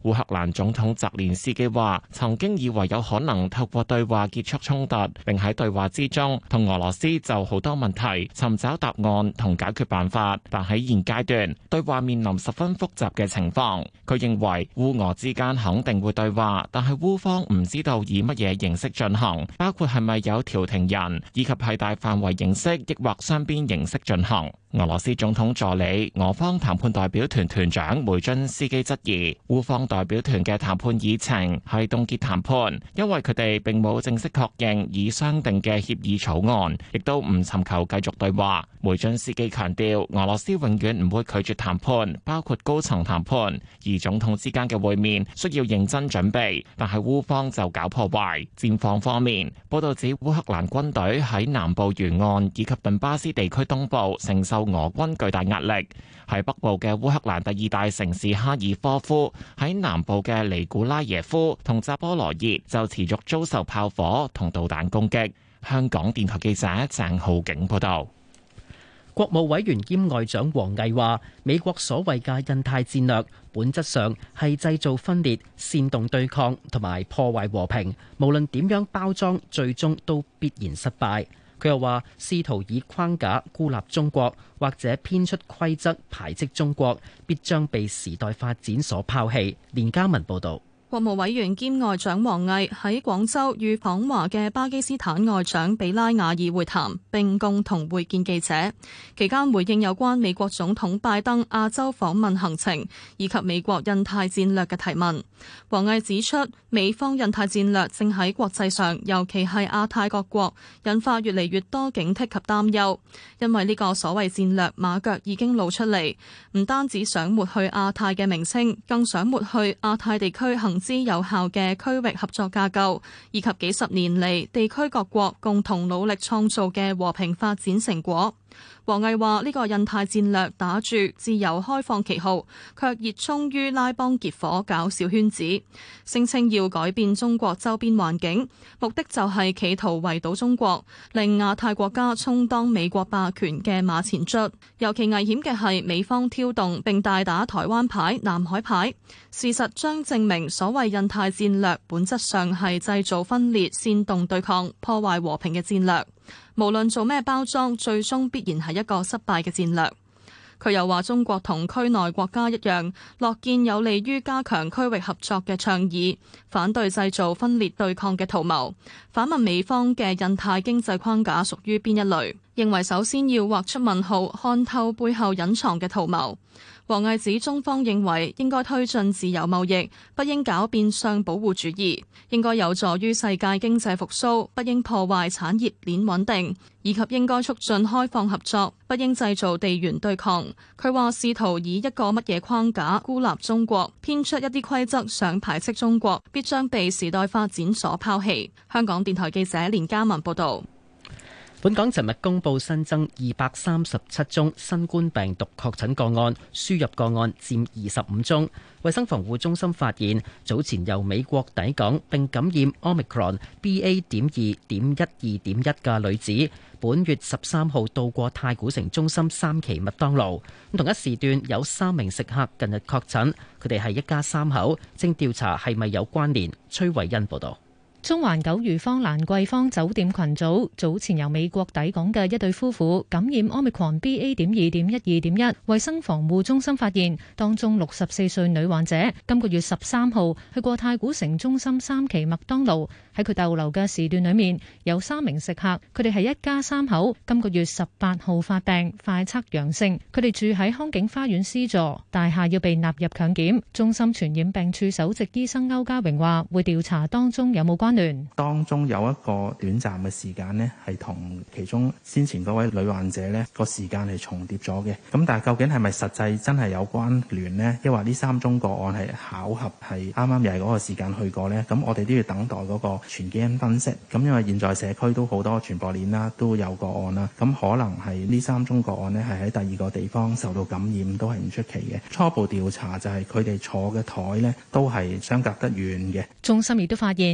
烏克蘭總統澤連斯基話，曾經以為有可能透過對話結束衝突，並喺對話之中同俄羅斯就好多問題尋找答案同解決辦法，但喺現階段對話面臨十分複雜嘅情況。佢認為烏俄之間肯定會對話，但係烏方唔知道以乜嘢形式進行，包括係咪有調停人，以及係大範圍形式抑或雙邊形式進行。俄羅斯總統助理、俄方談判代表團團長梅津斯基質疑烏方代表團嘅談判議程係凍結談判，因為佢哋並冇正式確認已商定嘅協議草案，亦都唔尋求繼續對話。梅津斯基強調，俄羅斯永遠唔會拒絕談判，包括高層談判，而總統之間嘅會面需要認真準備，但係烏方就搞破壞。戰況方面，報道指烏克蘭軍隊喺南部沿岸以及頓巴斯地區東部承受俄軍巨大壓力，喺北部嘅烏克蘭第二大城市哈爾科夫，喺南部嘅尼古拉耶夫同扎波羅熱就持續遭受炮火同導彈攻擊。香港電台記者鄭浩景報道。 國務委員兼外長王毅話，美國所謂嘅印太戰略，本質上係製造分裂、煽動對抗同埋破壞和平，無論點樣包裝，最終都必然失敗。佢又話，試圖以框架孤立中國，或者編出規則排斥中國，必將被時代發展所拋棄。連家文報導。 國務委員兼外長王毅喺廣州與訪華嘅巴基斯坦外長比拉瓦爾會談，並共同會見記者。期間回應有關美國總統拜登亞洲訪問行程以及美國印太戰略嘅提問。王毅指出，美方印太戰略正喺國際上，尤其係亞太各國，引發越嚟越多警惕及擔憂，因為呢個所謂戰略馬腳已經露出嚟，唔單止想抹去亞太嘅名稱，更想抹去亞太地區行之有效嘅區域合作架構，以及幾十年嚟地區各國共同努力創造嘅和平發展成果。王毅話：呢個印太戰略打住自由開放旗號，卻熱衷於拉幫結夥搞小圈子，聲稱要改變中國周邊環境，目的就係企圖圍堵中國，令亞太國家充當美國霸權嘅馬前卒。尤其危險嘅係美方挑動並大打台灣牌、南海牌，事實將證明所謂印太戰略本質上係製造分裂、煽動對抗、破壞和平嘅戰略。無論做咩包裝，最終必然係一個失敗嘅戰略。佢又話：中國同區內國家一樣，樂見有利於加強區域合作嘅倡議，反對製造分裂對抗嘅圖謀。反問美方嘅印太經濟框架屬於邊一類？認為首先要畫出問號，看透背後隱藏嘅圖謀。王毅指中方認為應該推進自由貿易，不應搞變相保護主義，應該有助於世界經濟復甦，不應破壞產業鏈穩定，以及應該促進開放合作，不應製造地緣對抗。佢話試圖以一個乜嘢框架孤立中國，編出一啲規則想排斥中國，必將被時代發展所拋棄。香港電台記者連嘉文報道。 本港尋日公布新增二百三十七宗新冠病毒確診個案，輸入個案佔二十五宗。衛生防護中心發現，早前由美國抵港並感染 Omicron B A 點二點一二點一嘅女子，本月十三號到過太古城中心三期麥當勞。同一時段有三名食客近日確診，佢哋係一家三口，正調查係咪有關聯。崔慧欣報道。 中環九如坊蘭桂坊酒店群組早前由美國抵港嘅一對夫婦感染 Omicron B A 點二點一二點一，衛生防護中心發現當中六十四歲女患者今個月十三號去過太古城中心三期麥當勞，喺佢逗留嘅時段裏面有三名食客，佢哋係一家三口，今個月十八號發病，快測陽性，佢哋住喺康景花園 C 座大廈，要被納入強檢。中心傳染病處首席醫生歐家榮話，會調查當中有冇關。 當中有一個短暫嘅時間呢，係同其中先前嗰位女患者呢個時間係重疊咗嘅。咁但係究竟係咪實際真係有關聯呢？抑或呢三宗個案係巧合，係啱啱又係嗰個時間去過呢？咁我哋都要等待嗰個全基因分析。咁因為現在社區都好多傳播鏈啦，都有個案啦。咁可能係呢三宗個案呢，係喺第二個地方受到感染，都係唔出奇嘅。初步調查就係佢哋坐嘅台呢，都係相隔得遠嘅。 中心亦都發現一名男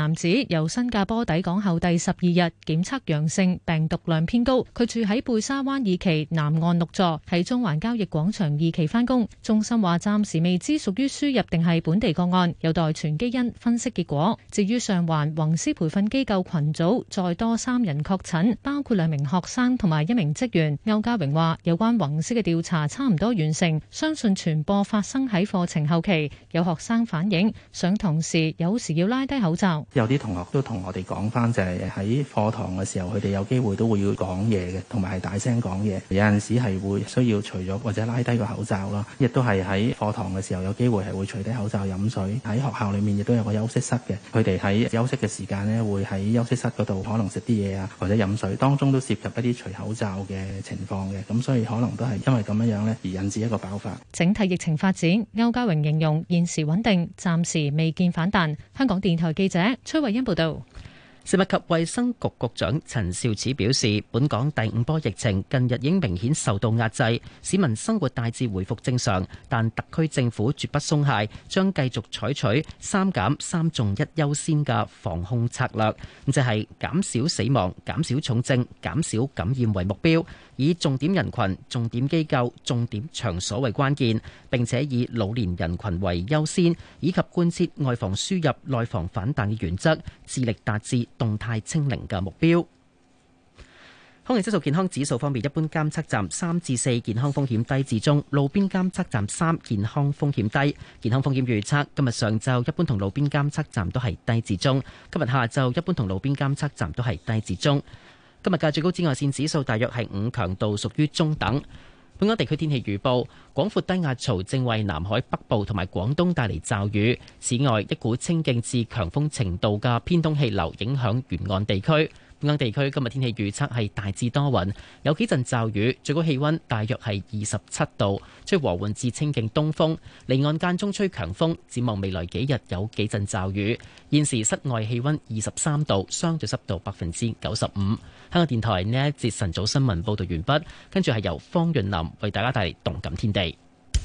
男子由新加坡抵港後第十二日檢測陽性，病毒量偏高。佢住喺貝沙灣二期南岸六座，喺中環交易廣場二期返工。中心話暫時未知屬於輸入定係本地個案，有待全基因分析結果。至於上環宏師培訓機構群組再多三人確診，包括兩名學生同埋一名職員。歐家榮話有關宏師嘅調查差唔多完成，相信傳播發生喺課程後期。有學生反映上堂時有時要拉低口罩， 有啲同學都同我哋講翻，就係喺課堂嘅時候，佢哋有機會都會要講嘢嘅，同埋係大聲講嘢。有陣時係會需要除咗或者拉低個口罩啦，亦都係喺課堂嘅時候有機會係會除低口罩飲水。喺學校裏面亦都有個休息室嘅，佢哋喺休息嘅時間呢，會喺休息室嗰度可能食啲嘢啊，或者飲水，當中都涉及一啲除口罩嘅情況嘅，咁所以可能都係因為咁樣樣呢而引致一個爆發。 整體疫情發展，歐家榮形容現時穩定，暫時未見反彈。香港電台記者崔慧欣報道。 食物及衛生局局長陳肇始表示，本港第五波疫情近日已經明顯受到壓制，市民生活大致回復正常，但特區政府絕不鬆懈，將繼續採取三減三重一優先嘅防控策略，咁就係減少死亡、減少重症、減少感染為目標，以重點人群、重點機構、重點場所為關鍵，並且以老年人群為優先，以及貫徹外防輸入、內防反彈嘅原則，致力達至動態清零嘅目標。空氣質素健康指數方面，一般監測站三至四，健康風險低至中；路邊監測站三，健康風險低。健康風險預測今日上晝一般同路邊監測站都係低至中，今日下晝一般同路邊監測站都係低至中。今日嘅最高紫外線指數大約係五，強度屬於中等。本港地區天氣預報，廣闊低壓槽正為南海北部同埋廣東帶嚟驟雨。此外，一股清勁至強風程度嘅偏東氣流影響沿岸地區。本港地區今日天氣預測係大致多雲，有幾陣驟雨，最高氣溫大約係二十七度，吹和緩至清勁東風，離岸間中吹強風。展望未來幾日有幾陣驟雨。現時室外氣溫二十三度，相對濕度百分之九十五。香港電台呢一節晨早新聞報道完畢，跟住係由方潤南為大家帶嚟動感天地。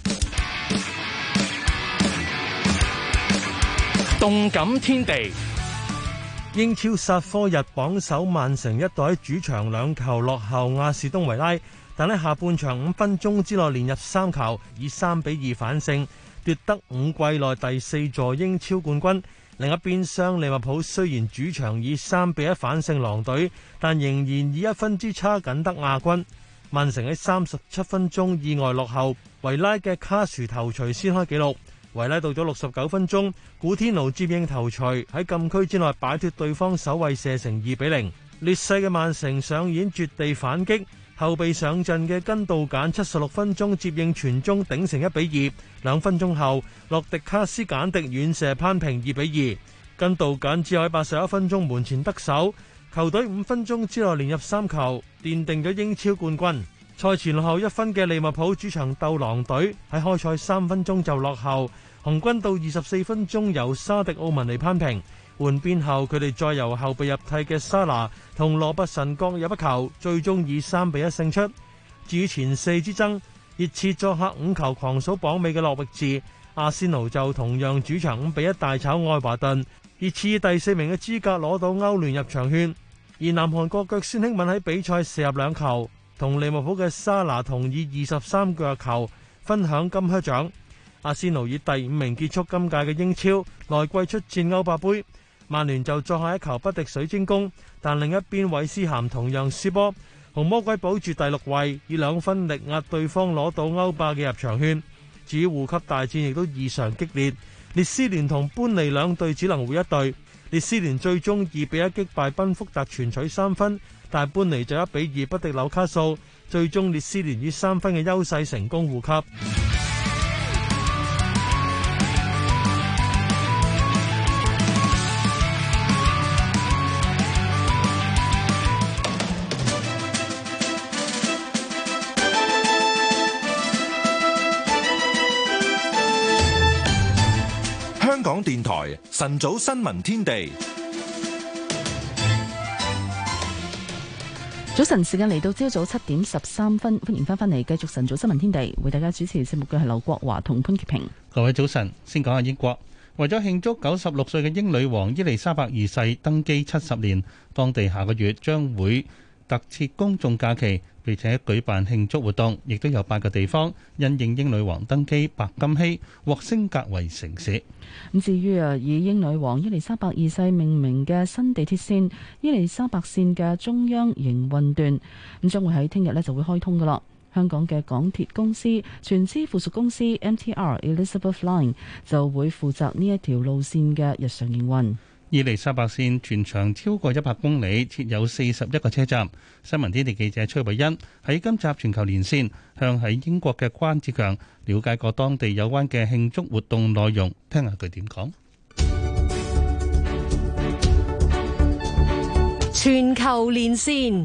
動感天地。英超煞科日榜首曼城一度喺主場兩球落後亞士東維拉，但喺下半場五分鐘之內連入三球，以三比二反勝，奪得五季內第四座英超冠軍。另一邊廂利物浦雖然主場以三比一反勝狼隊，但仍然以一分之差僅得亞軍。曼城喺三十七分鐘意外落後，維拉嘅卡殊頭槌先開紀錄。維拉到咗六十九分鐘，古天奴接應頭槌喺禁區之內擺脫對方守衛射成二比零。劣勢嘅曼城上演絕地反擊，後備上陣嘅根道簡七十六分鐘接應傳中頂成一比二。兩分鐘後，洛迪卡斯簡迪遠射攀平二比二。根道簡只有喺八十一分鐘門前得手，球隊五分鐘之內連入三球，奠定咗英超冠軍。賽前落後一分嘅利物浦主場鬥狼隊，喺開賽三分鐘就落後，紅軍到二十四分鐘由沙迪奧文尼攀平。換邊後，佢哋再由後備入替嘅沙拿同羅拔臣各入一球，最終以三比一勝出。至於前四之爭，熱刺作客五球狂掃榜尾嘅諾域治，阿仙奴就同樣主場五比一大炒愛華頓，熱刺第四名嘅資格攞到歐聯入場券。而南韓國腳孫興敏喺比賽射入兩球，同利物浦嘅沙拿同以二十三個球分享金靴獎。阿仙奴以第五名結束今屆嘅英超，來季出戰歐霸盃。曼聯就作下一球不敵水晶宮，但另一邊韋斯咸同樣輸波，紅魔鬼保住第六位，以兩分力壓對方攞到歐霸嘅入場券。至於護級大戰亦都異常激烈，列斯聯同般尼兩隊只能活一隊。列斯聯最終二比一擊敗賓福特，全取三分，但般尼就一比二不敵紐卡素，最終列斯聯以三分嘅優勢成功護級。 香港電台晨早新聞天地， 早晨時間嚟到朝早七點十三分，歡迎翻返嚟繼續晨早新聞天地，為大家主持節目嘅係劉國華同潘潔平。 各位早晨，先講下英國為咗慶祝九十六歲嘅英女王伊麗莎白二世登基七十年，當地下個月將會特設公眾假期，並且舉辦慶祝活動，亦都有八個地方因應英女王登基白金禧獲升格為城市。 咁至於啊，以英女王伊麗莎白二世命名嘅新地鐵線伊麗莎白線嘅中央營運段，咁將會喺聽日呢就會開通噶啦。香港嘅港鐵公司全資附屬公司 M T R Elizabeth Line 就會負責呢一條路線嘅日常營運。 伊麗莎白線全長超過一百公里，設有四十一個車站。新聞天地記者崔慧欣喺今集全球連線，向喺英國嘅關志強了解過當地有關嘅慶祝活動內容，聽下佢點講。 全球連線。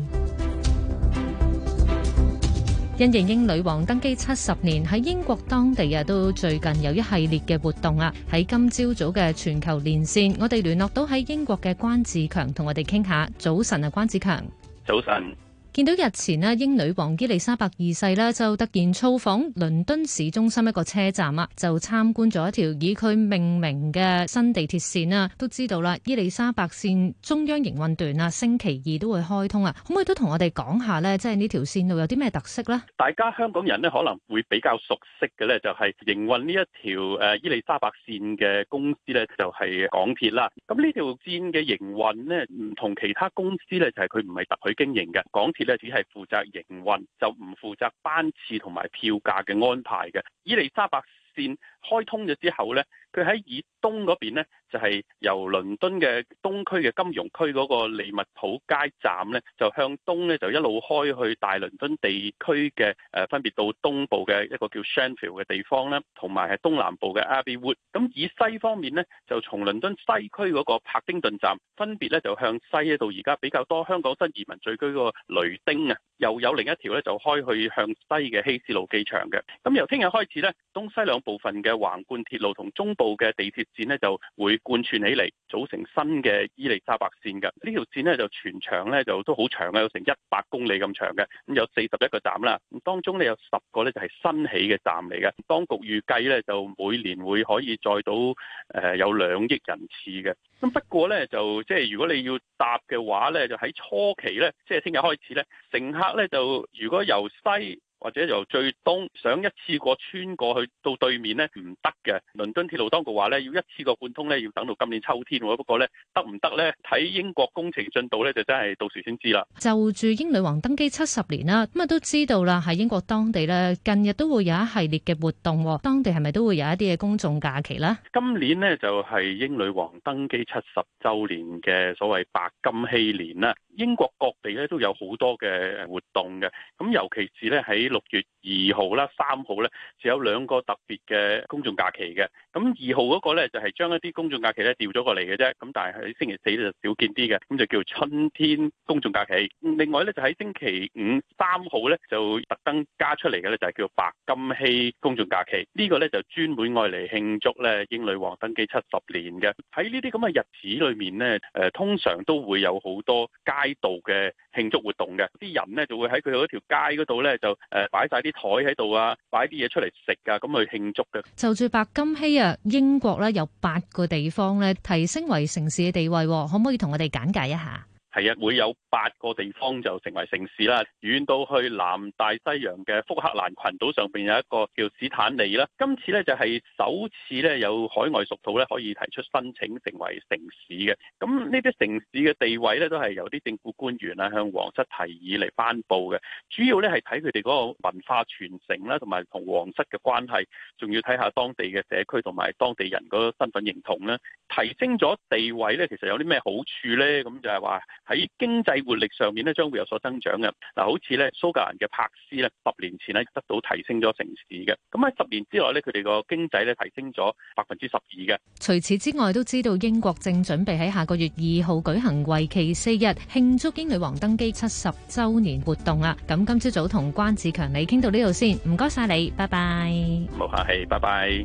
因應英女王登基七十年，喺英國當地啊都最近有一系列嘅活動啊。喺今朝早嘅全球連線，我哋聯絡到喺英國嘅關志強，同我哋傾下。早晨啊，關志強。 早晨。 見到日前咧，英女王伊麗莎白二世咧就突然造訪倫敦市中心一個車站啊，就參觀咗一條以佢命名嘅新地鐵線啊。都知道啦，伊麗莎白線中央營運段啊，星期二都會開通啊。可唔可以都同我哋講下呢？即係呢條線路有啲咩特色呢？ 大家香港人呢可能會比較熟悉嘅呢，就係營運呢一條誒伊麗莎白線嘅公司呢，就係港鐵啦。咁呢條線嘅營運呢，唔同其他公司呢，就係佢唔係特許經營嘅，港鐵咧只係負責營運，就唔負責班次同埋票價嘅安排嘅。伊麗莎白線開通咗之後咧，佢喺以東嗰邊咧，就係由倫敦嘅東區嘅金融區嗰個利物浦街站咧，就向東咧就一路開去大倫敦地區嘅誒，分別到東部嘅一個叫 Shenfield 嘅地方啦，同埋係東南部嘅 Abbey Wood。咁以西方面咧，就從倫敦西區嗰個柏丁頓站，分別咧就向西到而家比較多香港新移民聚居個雷丁啊，又有另一條咧就開去向西嘅希斯路機場嘅。咁由聽日開始咧，東西兩部分嘅橫貫鐵路同中部嘅地鐵線呢就會貫穿起嚟，組成新嘅伊麗莎白線嘅。呢條線呢就全長咧就都好長嘅，有成一百公里咁長嘅。咁有四十一個站啦，咁當中呢有十個咧就係新起嘅站嚟嘅。當局預計咧就每年會可以載到誒有兩億人次嘅。咁不過咧就即係如果你要搭嘅話咧，就喺初期咧，即係聽日開始咧，乘客咧就如果由西或者由最東想一次過穿過去到對面呢，唔得嘅。倫敦鐵路當局話呢，要一次過貫通呢，要等到今年秋天喎。不過呢，得唔得呢？睇英國工程進度呢，就真係到時先知啦。 就住英女王登基七十年啦，咁啊都知道啦，喺英國當地呢，近日都會有一系列嘅活動，當地係咪都會有一啲嘅公眾假期呢？ 今年呢，就係英女王登基七十週年嘅所謂白金禧年啦。英國各地咧都有好多嘅活動嘅，咁尤其是咧喺六月二號啦、三號咧，就有兩個特別嘅公眾假期嘅。咁二號嗰個咧就係將一啲公眾假期咧調咗過嚟嘅啫，咁但係喺星期四咧就少見啲嘅，咁就叫春天公眾假期。另外咧就喺星期五三號咧就特登加出嚟嘅咧就係叫白金禧公眾假期。呢個咧就專門愛嚟慶祝咧英女王登基七十年嘅。喺呢啲咁嘅日子裏面咧，誒通常都會有好多街道嘅慶祝活動嘅，啲人呢就會喺佢嗰條街嗰度呢，就誒擺晒啲台喺度啊，擺啲嘢出嚟食啊，咁去慶祝嘅。 就住白金禧啊，英國呢有八個地方呢提升為城市嘅地位，可唔可以同我哋簡介一下？ 係啊，會有八個地方就成為城市啦。遠到去南大西洋嘅福克蘭群島上邊有一個叫史坦利啦。今次咧就係首次咧有海外屬土咧可以提出申請成為城市嘅。咁呢啲城市嘅地位咧都係由啲政府官員啊向皇室提議嚟頒布嘅。主要咧係睇佢哋嗰個文化傳承啦，同埋同皇室嘅關係，仲要睇下當地嘅社區同埋當地人嗰個身份認同啦。提升咗地位咧，其實有啲咩好處咧？咁就係話喺經濟活力上面咧，將會有所增長嘅。嗱，好似咧蘇格蘭嘅柏斯咧，十年前咧得到提升咗城市嘅。咁喺十年之內咧，佢哋個經濟咧提升咗百分之十二嘅。 除此之外，都知道英國正準備喺下個月二號舉行為期四日慶祝英女王登基七十週年活動啊！咁今朝早同關志強你傾到呢度先，唔該晒你，拜拜。 冇客氣，拜拜。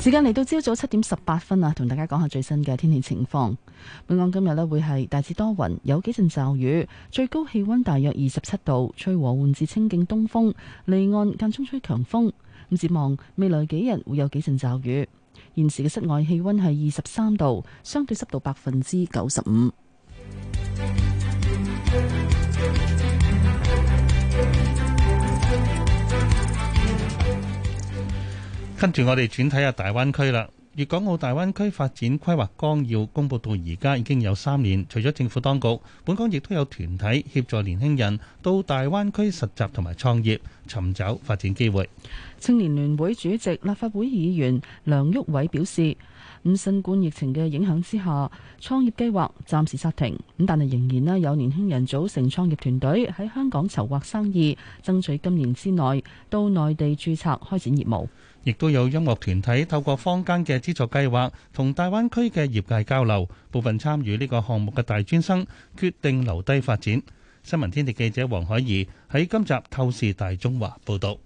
時間嚟到朝早七點十八分啊，同大家講下最新嘅天氣情況。本港今日呢會係大致多雲，有幾陣驟雨，最高氣溫大約二十七度，吹和緩至清勁東風，離岸間中吹強風。咁展望未來幾日會有幾陣驟雨。現時嘅室外氣溫係二十三度，相對濕度百分之九十五。 跟住我哋轉睇下大灣區啦。粵港澳大灣區發展規劃綱要公佈到而家已經有三年，除咗政府當局，本港亦都有團體協助年輕人到大灣區實習同埋創業，尋找發展機會。 青年聯會主席、立法會議員梁毓偉表示，咁新冠疫情嘅影響之下，創業計劃暫時煞停，咁但係仍然咧有年輕人組成創業團隊喺香港籌劃生意，爭取今年之內到內地註冊開展業務。 亦都有音樂團體透過坊間嘅資助計劃同大灣區嘅業界交流，部分參與呢個項目嘅大專生決定留低發展。新聞天地記者黃海怡喺今集透視大中華報道。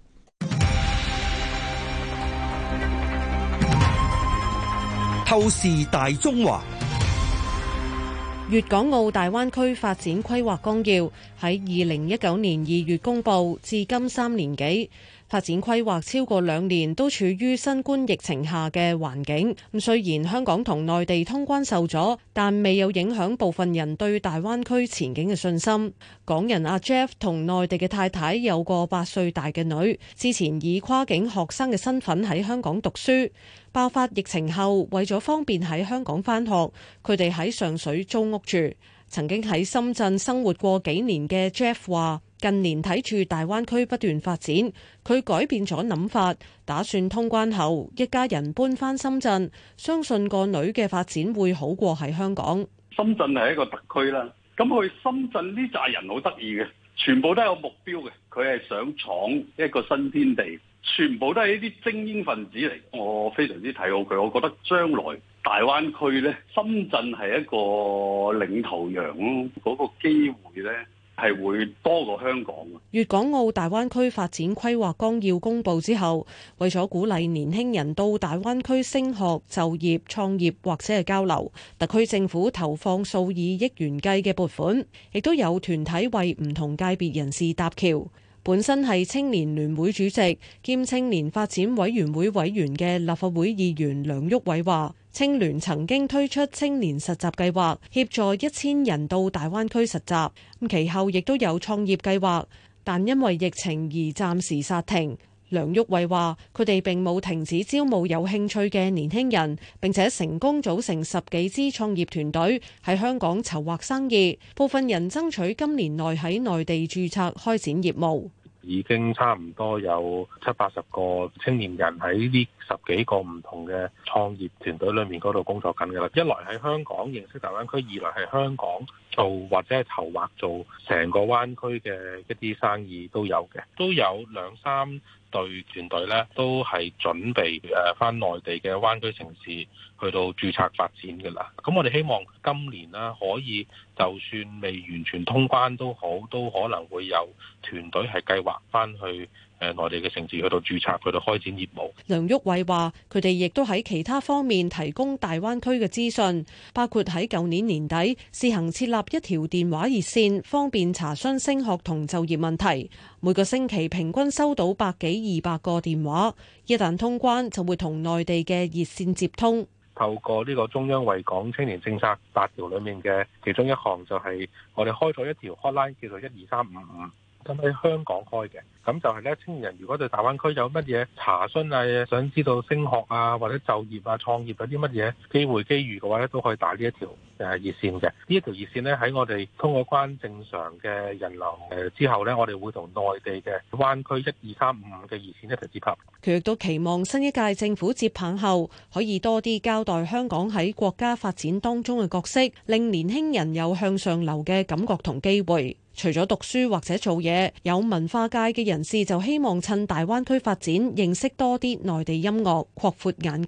透視大中華。 粵港澳大灣區發展規劃綱要喺二零一九年二月公布，至今三年幾。發展規劃超過兩年都處於新冠疫情下嘅環境。咁雖然香港同內地通關受阻，但未有影響部分人對大灣區前景嘅信心。港人阿 Jeff 同內地嘅太太有個八歲大嘅女，之前以跨境學生嘅身份喺香港讀書。爆發疫情後，為咗方便喺香港返學，佢哋喺上水租屋住。曾經喺深圳生活過幾年嘅 Jeff 話，近年睇住大灣區不斷發展，佢改變咗諗法，打算通關後一家人搬返深圳，相信個女嘅發展會好過喺香港。 深圳係一個特區啦，咁去深圳呢扎人好得意嘅，全部都有目標嘅，佢係想闖一個新天地，全部都係一啲精英分子嚟。我非常之睇好佢，我覺得將來大灣區呢，深圳係一個領頭羊咯，嗰個機會呢係會多過香港。 粵港澳大灣區發展規劃綱要公布之後，為咗鼓勵年輕人到大灣區升學、就業、創業或者係交流，特區政府投放數以億元計嘅撥款，亦都有團體為唔同界別人士搭橋。本身係青年聯會主席兼青年發展委員會委員嘅立法會議員梁毓偉話，青聯曾經推出青年實習計劃，協助一千人到大灣區實習。其後亦都有創業計劃，但因為疫情而暫時煞停。梁毓偉話，佢哋並冇停止招募有興趣嘅年輕人，並且成功組成十幾支創業團隊喺香港籌劃生意，部分人爭取今年內喺內地註冊開展業務。 已經差唔多有七八十個青年人喺呢十幾個唔同嘅創業團隊裏面嗰度工作緊㗎啦。一來喺香港認識大灣區，二來係香港做或者係籌劃做成個灣區嘅一啲生意都有嘅，都有兩三隊團隊咧，都係準備誒返內地嘅灣區城市去到註冊發展㗎啦。咁我哋希望今年啦，可以就算未完全通關都好，都可能會有團隊係計劃返去誒內地嘅城市去到註冊，去到開展業務。 梁毓偉話：佢哋亦都喺其他方面提供大灣區嘅資訊，包括喺舊年年底試行設立一條電話熱線，方便查詢升學同就業問題。每個星期平均收到百幾二百個電話，一旦通關就會同內地嘅熱線接通。 透過呢個中央惠港青年政策八條裏面嘅其中一項，就係我哋開咗一條 hotline 叫做一二三五五，咁喺香港開嘅。咁就係咧，青年人如果對大灣區有乜嘢查詢啊，想知道升學啊或者就業啊創業有啲乜嘢機會機遇嘅話咧，都可以打呢一條誒熱線嘅。呢一條熱線咧，喺我哋通過關正常嘅人流誒之後咧，我哋會同內地嘅灣區一二三五五嘅熱線一齊接洽。 佢亦都期望新一屆政府接棒後，可以多啲交代香港喺國家發展當中嘅角色，令年輕人有向上流嘅感覺同機會。除咗讀書或者做嘢，有文化界嘅人士就希望趁大灣區發展，認識多啲內地音樂，擴闊眼界。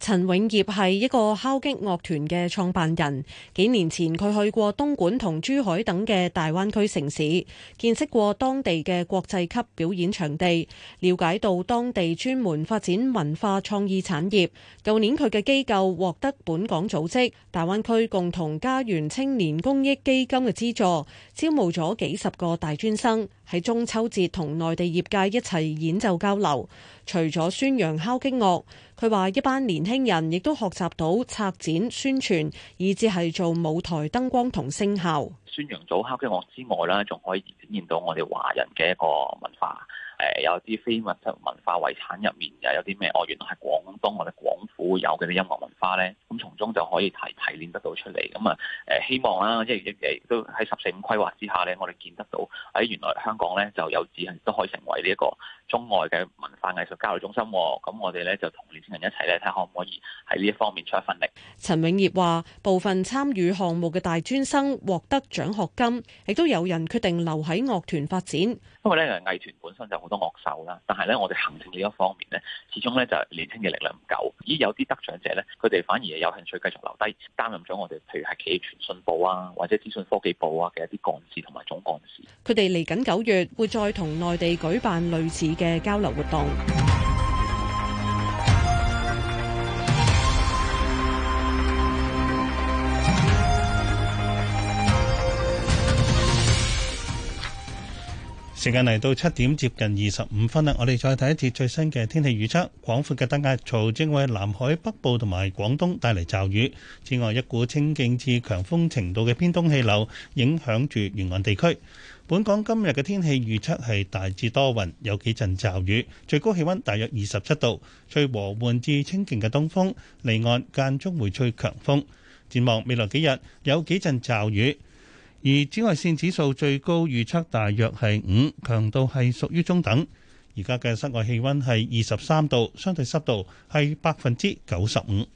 陳永業係一個敲擊樂團嘅創辦人，幾年前佢去過東莞同珠海等嘅大灣區城市，見識過當地嘅國際級表演場地，了解到當地專門發展文化創意產業。舊年佢嘅機構獲得本港組織大灣區共同家園青年公益基金嘅資助，招募咗幾十個大專生喺中秋節同內地業界一齊演奏交流。除咗宣揚敲擊樂，佢話一班年輕人亦都學習到策展、宣傳，以至係做舞台燈光同聲效。 宣揚咗敲擊樂之外啦，仲可以展現到我哋華人嘅一個文化。誒有啲非物質文化遺產入面又有啲咩？哦，原來係廣東我哋廣府有嘅啲音樂文化咧，咁從中就可以提提煉得到出嚟。咁啊誒，希望啦，即係亦亦都喺十四五規劃之下咧，我哋見得到喺原來香港咧就有志係都可以成為呢一個中外嘅文化藝術交流中心。咁我哋咧就同年輕人一齊咧，睇下可唔可以喺呢一方面出一份力。 陳永業話：部分參與項目嘅大專生獲得獎學金，亦都有人決定留喺樂團發展。 因為咧藝團本身就好多樂手啦，但係咧我哋行政呢一方面咧，始終咧就年輕嘅力量唔夠。而有啲得獎者咧，佢哋反而有興趣繼續留低，擔任咗我哋譬如係企業傳訊部啊，或者資訊科技部啊嘅一啲幹事同埋總幹事。 佢哋嚟緊九月會再同內地舉辦類似嘅交流活動。 時間嚟到七點接近二十五分啦，我哋再睇一節最新嘅天氣預測。廣闊嘅低壓槽正為南海北部同埋廣東帶嚟驟雨，此外一股清勁至強風程度嘅偏東氣流影響住沿岸地區。本港今日嘅天氣預測係大致多雲，有幾陣驟雨，最高氣溫大約二十七度，吹和緩至清勁嘅東風，離岸間中會吹強風。展望未來幾日有幾陣驟雨。而紫外線指數最高預測大約係五，強度係屬於中等。而家嘅室外氣溫係二十三度，相對濕度係百分之九十五。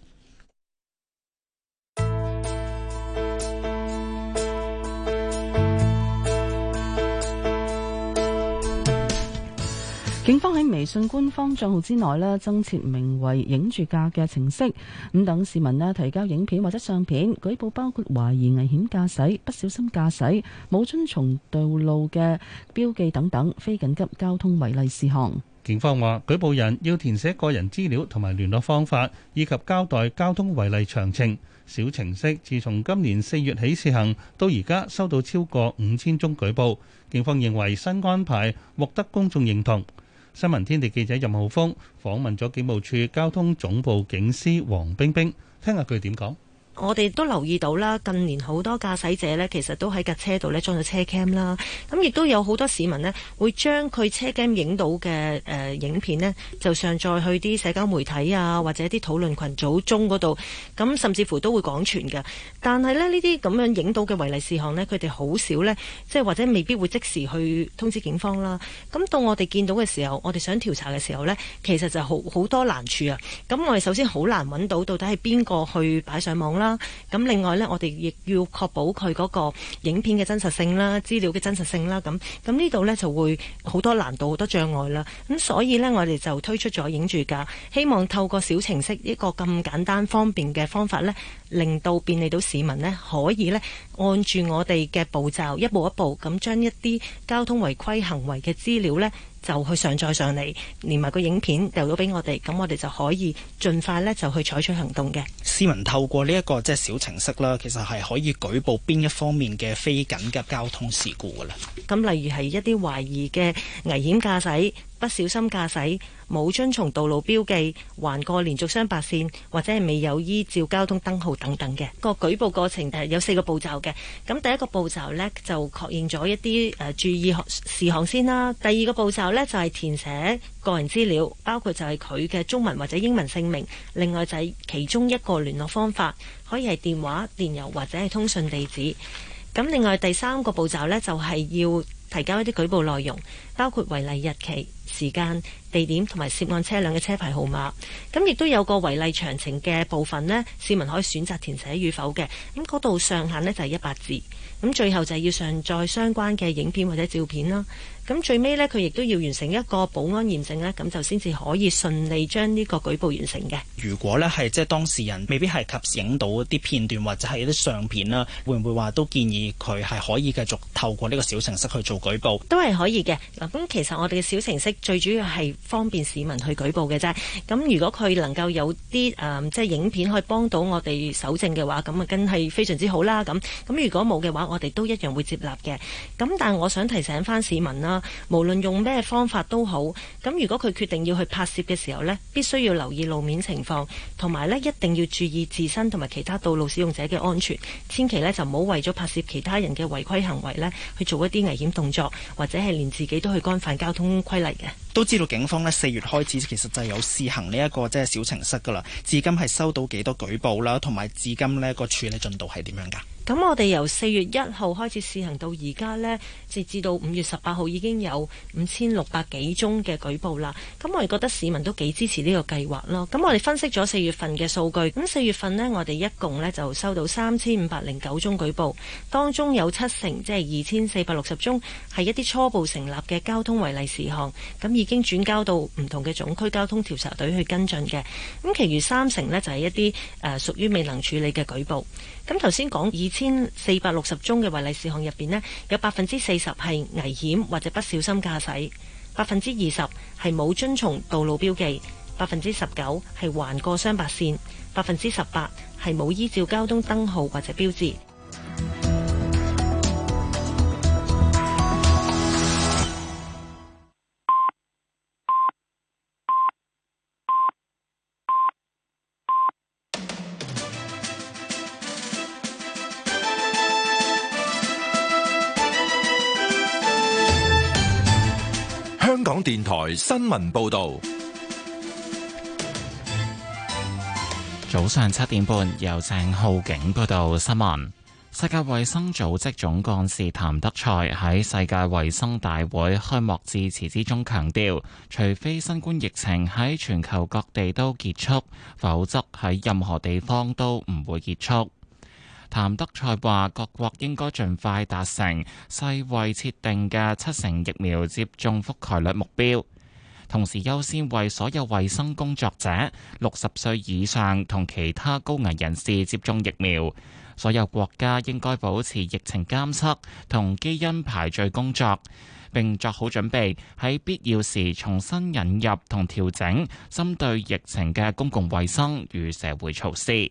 警方喺微信官方帳號之內咧增設名為影住駕嘅程式，咁等市民咧提交影片或者相片，舉報包括懷疑危險駕駛、不小心駕駛、冇遵從道路嘅標記等等非緊急交通違例事項。 警方話，舉報人要填寫個人資料同埋聯絡方法，以及交代交通違例詳情。小程式自從今年四月起試行，到而家收到超過五千宗舉報。警方認為新安排獲得公眾認同。新聞天地記者任浩峰訪問咗警務處交通總部警司黃冰冰，聽下佢點講。 我哋都留意到啦，近年好多駕駛者呢，其實都喺架車度呢裝咗車 cam 啦。咁亦都有好多市民呢，會將佢車 cam 影到嘅誒、呃、影片呢，就上載去啲社交媒體啊，或者啲討論群組中嗰度。咁甚至乎都會廣傳嘅。但係呢，呢啲咁樣影到嘅違例事項呢，佢哋好少呢，即係或者未必會即時去通知警方啦。咁到我哋見到嘅時候，我哋想調查嘅時候呢，其實就好好多難處啊。咁我哋首先好難揾到到底係邊個去擺上網啦。咁另外呢，我哋亦要確保佢嗰個影片嘅真實性啦、資料嘅真實性啦。咁咁呢度呢就會好多難度、好多障礙啦。咁所以呢，我哋就推出咗影住駕，希望透過小程式一個咁簡單方便嘅方法呢，令到便利到市民呢，可以呢按住我哋嘅步驟，一步一步咁將一啲交通違規行為嘅資料呢，就去上載上嚟，連埋個影片掉到俾我哋，咁我哋就可以盡快咧就去採取行動嘅。 市民透過呢一個即係小程式啦，其實係可以舉報邊一方面嘅非緊急交通事故噶啦。 咁例如係一啲懷疑嘅危險駕駛、不小心駕駛、冇遵從道路標記、橫過連續雙白線或者係未有依照交通燈號等等嘅。個舉報過程誒有四個步驟嘅。咁第一個步驟呢，就確認咗一啲誒注意事項先啦。第二個步驟呢，就係填寫個人資料，包括就係佢嘅中文或者英文姓名，另外就係其中一個聯絡方法，可以係電話、電郵或者係通訊地址。咁另外第三個步驟呢，就係要提交一啲舉報內容，包括違例日期、 時間、地點同埋涉案車輛嘅車牌號碼。咁亦都有個違例詳情嘅部分呢，市民可以選擇填寫與否嘅。咁嗰度上限呢就係一百字。咁最後就係要上載相關嘅影片或者照片啦。咁最尾呢，佢亦都要完成一個保安驗證呢，咁就先至可以順利將呢個舉報完成嘅。 如果呢係即係當事人未必係及時影到啲片段或者係一啲相片啦，會唔會話都建議佢係可以繼續透過呢個小程式去做舉報？ 都係可以嘅。嗱，咁其實我哋嘅小程式最主要係方便市民去舉報嘅啫。咁如果佢能夠有啲誒、呃、即係影片可以幫到我哋搜證嘅話，咁啊梗係非常之好啦。咁咁如果冇嘅話，我哋都一樣會接納嘅。咁但係我想提醒翻市民啦，無論用咩方法都好，咁如果佢決定要去拍攝嘅時候呢，必須要留意路面情況，同埋呢一定要注意自身同埋其他道路使用者嘅安全，千祈呢就唔好為咗拍攝其他人嘅違規行為呢去做一啲危險動作，或者係連自己都去干犯交通規例嘅。 都知道警方呢四月開始其實就有試行呢一個即係小程式噶啦，至今係收到幾多舉報啦，同埋至今呢個處理進度係點樣㗎？ 咁我哋由四月一號開始試行到而家呢，直至到五月十八號已經有五千六百幾宗嘅舉報啦。咁我哋覺得市民都幾支持呢個計劃咯。咁我哋分析咗四月份嘅數據，咁四月份呢，我哋一共呢就收到三千五百零九宗舉報，當中有七成即係二千四百六十宗係一啲初步成立嘅交通違例事項，咁已經轉交到唔同嘅總區交通調查隊去跟進嘅。咁其餘三成呢，就係一啲誒屬於未能處理嘅舉報。咁頭先講二千四百六十宗嘅違例事項入邊呢，有百分之四十係危險或者不小心駕駛，百分之二十係冇遵從道路標記，百分之十九係橫過雙白線，百分之十八係冇依照交通燈號或者標誌。 香港電台新聞報道， 早上七點半由鄭浩景報道新聞。世界衛生組織總幹事譚德塞喺世界衛生大會開幕致辭之中強調，除非新冠疫情喺全球各地都結束，否則喺任何地方都唔會結束。譚德塞話：各國應該盡快達成世衛設定嘅七成疫苗接種覆蓋率目標，同時優先為所有衛生工作者、六十歲以上同其他高危人士接種疫苗。所有國家應該保持疫情監測同基因排序工作，並作好準備，喺必要時重新引入同調整針對疫情嘅公共衛生與社會措施。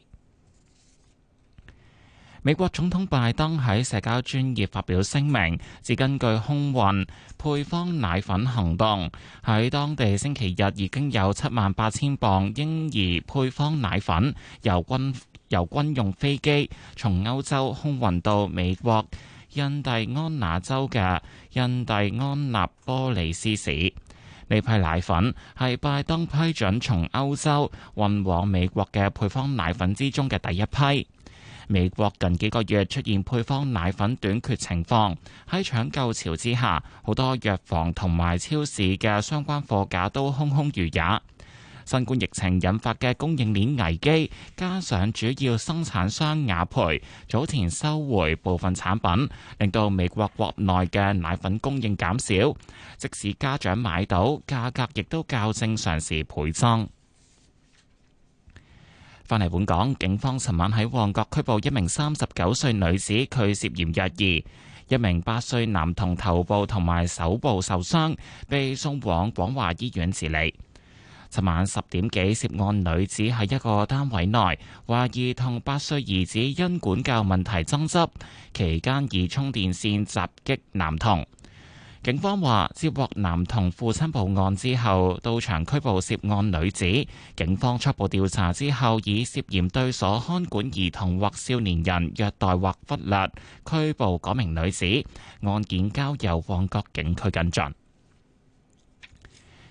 美國總統拜登喺社交專頁發表聲明，指根據空運配方奶粉行動，喺當地星期日已經有七萬八千磅嬰兒配方奶粉由軍由軍用飛機從歐洲空運到美國印第安納州嘅印第安納波利斯市。呢批奶粉係拜登批准從歐洲運往美國嘅配方奶粉之中嘅第一批。美國近幾個月出現配方奶粉短缺情況，喺搶購潮之下，好多藥房同埋超市嘅相關貨架都空空如也。新冠疫情引發嘅供應鏈危機，加上主要生產商雅培早前收回部分產品，令到美國國內嘅奶粉供應減少。即使家長買到，價格亦都較正常時倍增。返嚟本港，警方尋晚喺旺角拘捕一名三十九歲女子，佢涉嫌虐兒。一名八歲男童頭部同埋手部受傷，被送往廣華醫院治理。尋晚十點幾，涉案女子喺一個單位內，懷疑同八歲兒子因管教問題爭執，期間以充電線襲擊男童。警方話接獲男童父親報案之後，到場拘捕涉案女子。警方初步調查之後，以涉嫌對所看管兒童或少年人虐待或忽略，拘捕嗰名女子。案件交由旺角警區跟進。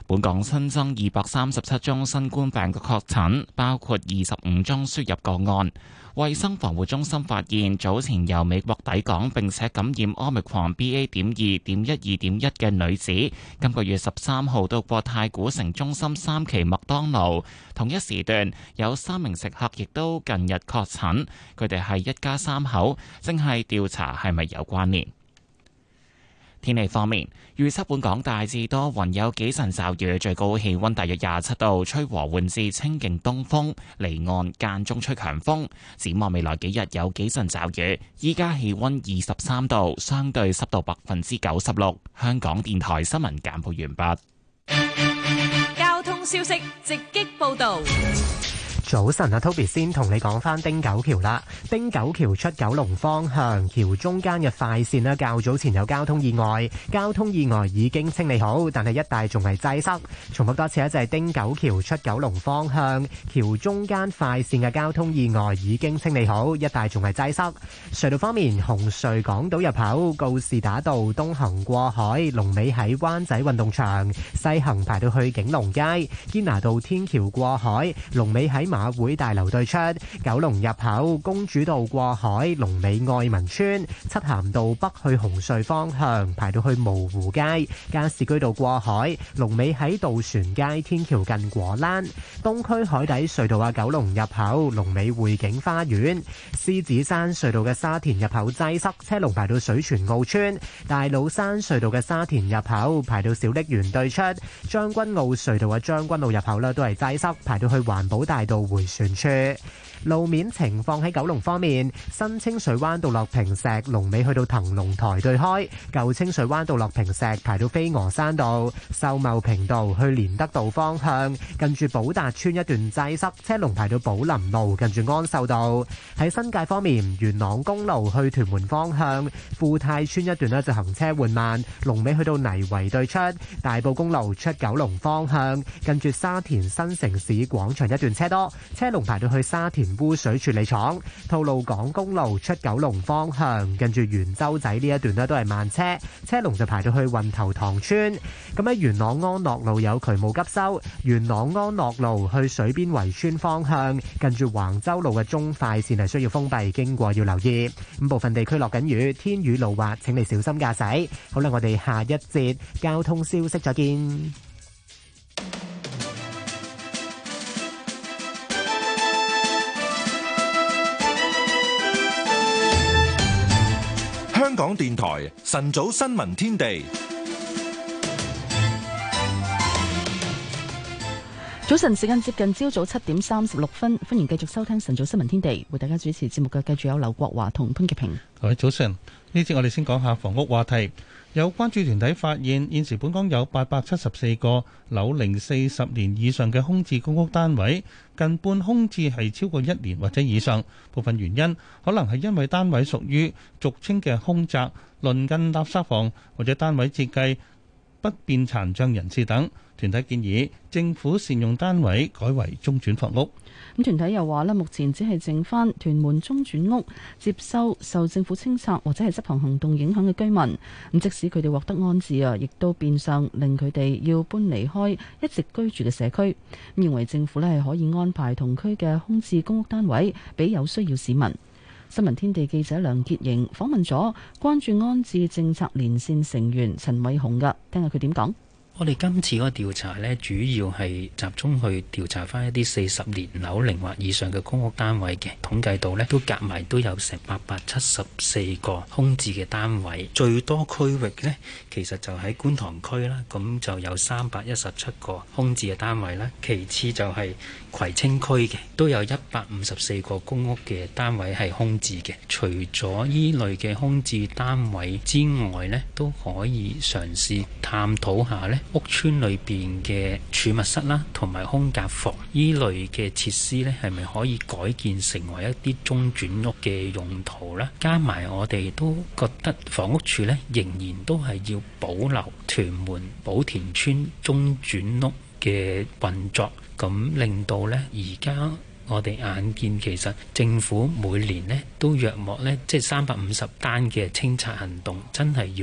本港新增二百三十七宗新冠病毒確診，包括二十五宗輸入個案。衛生防護中心發現，早前由美國抵港並且感染 Omicron B A. 點二點一二點一嘅女子，今個月十三號到過太古城中心三期麥當勞，同一時段有三名食客亦都近日確診，佢哋係一家三口，正係調查係咪有關聯。天氣方面，預測本港大致多雲，有幾陣驟雨，最高氣溫大約廿七度，吹和緩至清勁東風，離岸間中吹強風。展望未來幾日有幾陣驟雨，依家氣溫二十三度，相對濕度百分之九十六。香港電台新聞簡報完畢。交通消息直擊報道。 早晨啊 ，Toby 先同你講翻汀九橋啦。汀九橋出九龍方向橋中間嘅快線咧，較早前有交通意外，交通意外已經清理好，但係一帶仲係擠塞。重複多次咧，就係汀九橋出九龍方向橋中間快線嘅交通意外已經清理好，一帶仲係擠塞。隧道方面，紅隧港島入口告士打道東行過海，龍尾喺灣仔運動場；西行排到去景隆街，堅拿道天橋過海，龍尾喺馬會大樓對出；九龍入口公主道過海，龍尾愛民村；漆咸道北去紅隧方向排到去蕪湖街；加士居道過海，龍尾喺渡船街天橋近果欄；東區海底隧道啊九龍入口龍尾匯景花園；獅子山隧道嘅沙田入口擠塞，車龍排到水泉澳村；大老山隧道嘅沙田入口排到小瀝源對出；將軍澳隧道嘅將軍澳入口咧都係擠塞，排到去環保大道回旋處。路面情況喺九龍方面，新清水灣道落坪石，龍尾去到騰龍台對開；舊清水灣道落坪石，排到飛鵝山道；秀茂坪道去連德道方向，近住寶達村一段擠塞，車龍排到寶林路，近住安秀道。喺新界方面，元朗公路去屯門方向，富泰村一段呢就行車緩慢，龍尾去到泥圍對出；大埔公路出九龍方向，近住沙田新城市廣場一段車多，車龍排到去沙田污水處理廠。吐露港公路出九龍方向，近住元洲仔呢一段咧都係慢車，車龍就排到去運頭塘村。咁喺元朗安樂路有渠務急修，元朗安樂路去水邊圍村方向，近住橫洲路嘅中快線係需要封閉，經過要留意。咁部分地區落緊雨，天雨路滑，請你小心駕駛。好啦，我哋下一節交通消息再見。 香港電台晨早新聞天地， 早晨時間接近朝早七點三十六分，歡迎繼續收聽晨早新聞天地，為大家主持節目嘅繼續有劉國華同潘潔平。 各位早晨，呢節我哋先講下房屋話題。有關注團體發現，現時本港有八百七十四個樓齡四十年以上嘅空置公屋單位，近半空置係超過一年或者以上。部分原因可能係因為單位屬於俗稱嘅空宅、鄰近垃圾房或者單位設計不便殘障人士等。團體建議政府善用單位改為中轉房屋。 咁團體又話咧，目前只係剩翻屯門中轉屋接收受政府清拆或者係執行行動影響嘅居民。咁即使佢哋獲得安置啊，亦都變相令佢哋要搬離開一直居住嘅社區。咁認為政府咧係可以安排同區嘅空置公屋單位俾有需要市民。新聞天地記者梁潔瑩訪問咗關注安置政策連線成員陳偉雄噶，聽下佢點講。 我哋今次嗰個調查呢，主要係集中去調查翻一啲四十年樓齡或以上嘅公屋單位嘅，統計到呢都夾埋都有成八百七十四個空置嘅單位，最多區域呢，其實就喺觀塘區啦，咁就有三百一十七個空置嘅單位啦。其次就係葵青區嘅，都有一百五十四個公屋嘅單位係空置嘅。除咗依類嘅空置單位之外呢，都可以嘗試探討下呢屋邨裏邊嘅儲物室啦，同埋空格房依類嘅設施呢，係咪可以改建成為一啲中轉屋嘅用途啦？加埋我哋都覺得房屋署呢，仍然都係要保留屯門寶田邨中轉屋嘅運作，咁令到呢而家我哋眼見其實政府每年呢都約莫呢，即係三百五十單嘅清拆行動，真係要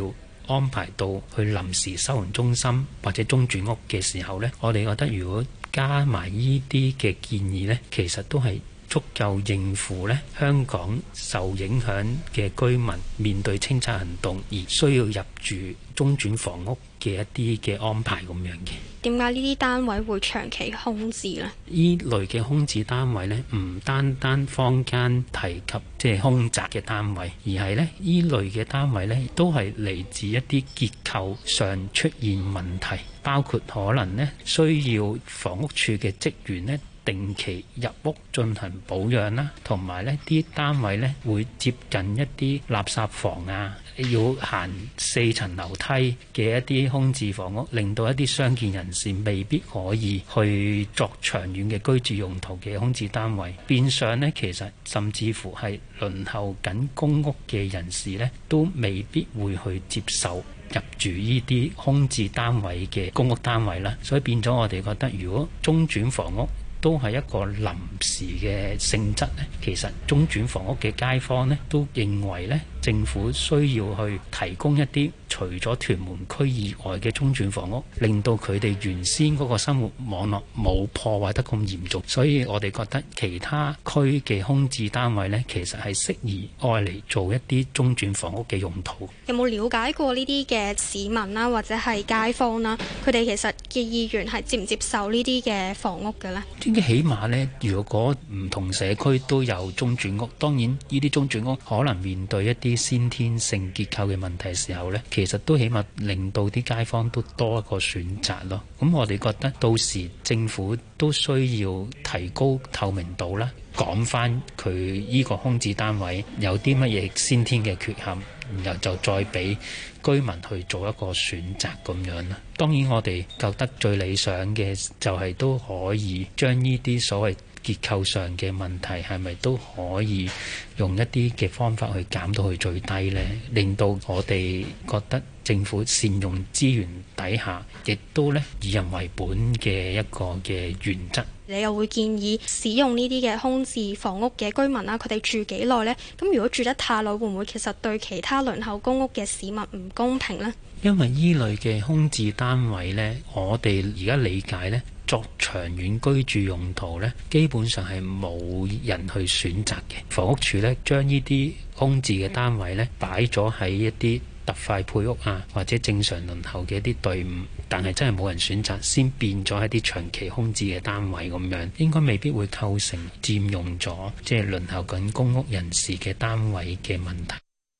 安排到去臨時收容中心或者中轉屋嘅時候呢，我哋覺得如果加埋呢啲嘅建議呢，其實都係足夠應付呢香港受影響嘅居民面對清拆行動而需要入住中轉房屋嘅一啲嘅安排咁樣嘅。 點解呢啲單位會長期空置呢？ 呢類嘅空置單位呢，唔單單坊間提及即係空宅嘅單位，而係呢呢類嘅單位呢，都係嚟自一啲結構上出現問題，包括可能呢需要房屋處嘅職員呢定期入屋進行保養啦，同埋呢啲單位呢會接近一啲垃圾房啊，要行四層樓梯嘅一啲空置房屋，令到一啲傷健人士未必可以去作長遠嘅居住用途嘅空置單位，變相呢其實甚至乎係輪候緊公屋嘅人士呢都未必會去接受入住呢啲空置單位嘅公屋單位啦，所以變咗我哋覺得，如果中轉房屋都係一個臨時嘅性質咧，其實中轉房屋嘅街坊咧都認為咧，政府需要去提供一啲除咗屯門區以外嘅中轉房屋，令到佢哋原先嗰個生活網絡冇破壞得咁嚴重。所以我哋覺得其他區嘅空置單位咧，其實係適宜愛嚟做一啲中轉房屋嘅用途。 有冇了解過呢啲嘅市民啦，或者係街坊啦，佢哋其實嘅意願係接唔接受呢啲嘅房屋嘅咧？ 應該起碼咧，如果唔同社區都有中轉屋，當然呢啲中轉屋可能面對一啲先天性結構嘅問題時候咧，其實都起碼令到啲街坊都多一個選擇咯。咁我哋覺得到時政府都需要提高透明度啦，講翻佢呢個空置單位有啲乜嘢先天嘅缺陷，然後就再俾居民去做一個選擇咁樣啦。當然我哋覺得最理想嘅就係都可以將呢啲所謂結構上嘅問題係咪都可以用一啲嘅方法去減到去最低呢？令到我哋覺得政府善用資源底下，亦都咧以人為本嘅一個嘅原則。 你又會建議使用呢啲嘅空置房屋嘅居民啦，佢哋住幾耐呢？咁如果住得太耐，會唔會其實對其他輪候公屋嘅市民唔公平呢？ 因為依類嘅空置單位呢，我哋而家理解呢，作長遠居住用途呢，基本上係冇人去選擇嘅。房屋署呢，將呢啲空置嘅單位呢擺咗喺一啲特快配屋啊，或者正常輪候嘅一啲隊伍，但係真係冇人選擇，先變咗一啲長期空置嘅單位咁樣，應該未必會構成佔用咗即係輪候緊公屋人士嘅單位嘅問題。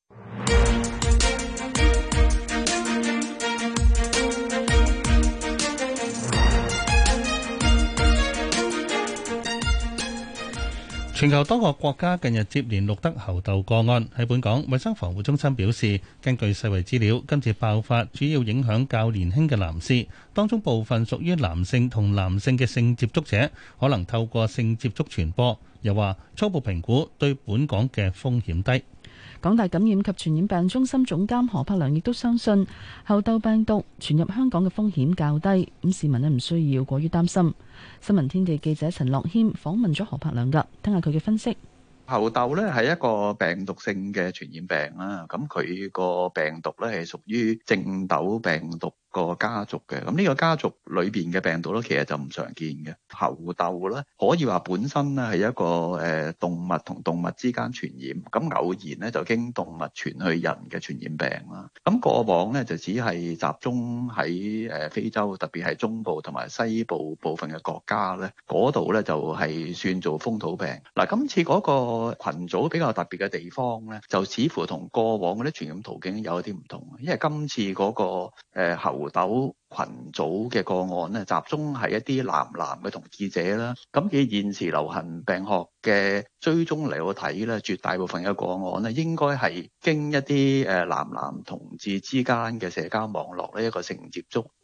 全球多個國家近日接連錄得猴痘個案。喺本港，衛生防護中心表示，根據世衛資料，今次爆發主要影響較年輕嘅男士，當中部分屬於男性同男性嘅性接觸者，可能透過性接觸傳播。又話初步評估對本港嘅風險低。 港大感染及傳染病中心總監何柏良亦都相信猴痘病毒傳入香港嘅風險較低，咁市民咧唔需要過於擔心。新聞天地記者陳樂謙訪問咗何柏良噶，聽下佢嘅分析。 猴痘咧係一個病毒性嘅傳染病啦，咁佢個病毒咧係屬於正痘病毒個家族嘅，咁呢個家族裏邊嘅病毒咧，其實就唔常見嘅。猴痘咧可以話本身咧係一個誒、呃、動物同動物之間傳染，咁偶然咧就經動物傳去人嘅傳染病啦。咁過往咧就只係集中喺誒非洲，特別係中部同埋西部部分嘅國家咧，嗰度咧就係算做風土病。嗱，今次嗰個群組比較特別嘅地方咧，就似乎同過往嗰啲傳染途徑有一啲唔同，因為今次嗰個誒猴猴痘群組嘅個案咧，集中係一啲男男嘅同志者啦。咁以現時流行病學嘅追蹤嚟到睇咧，絕大部分嘅個案咧，應該係經一啲誒男男同志之間嘅社交網絡呢一個性接觸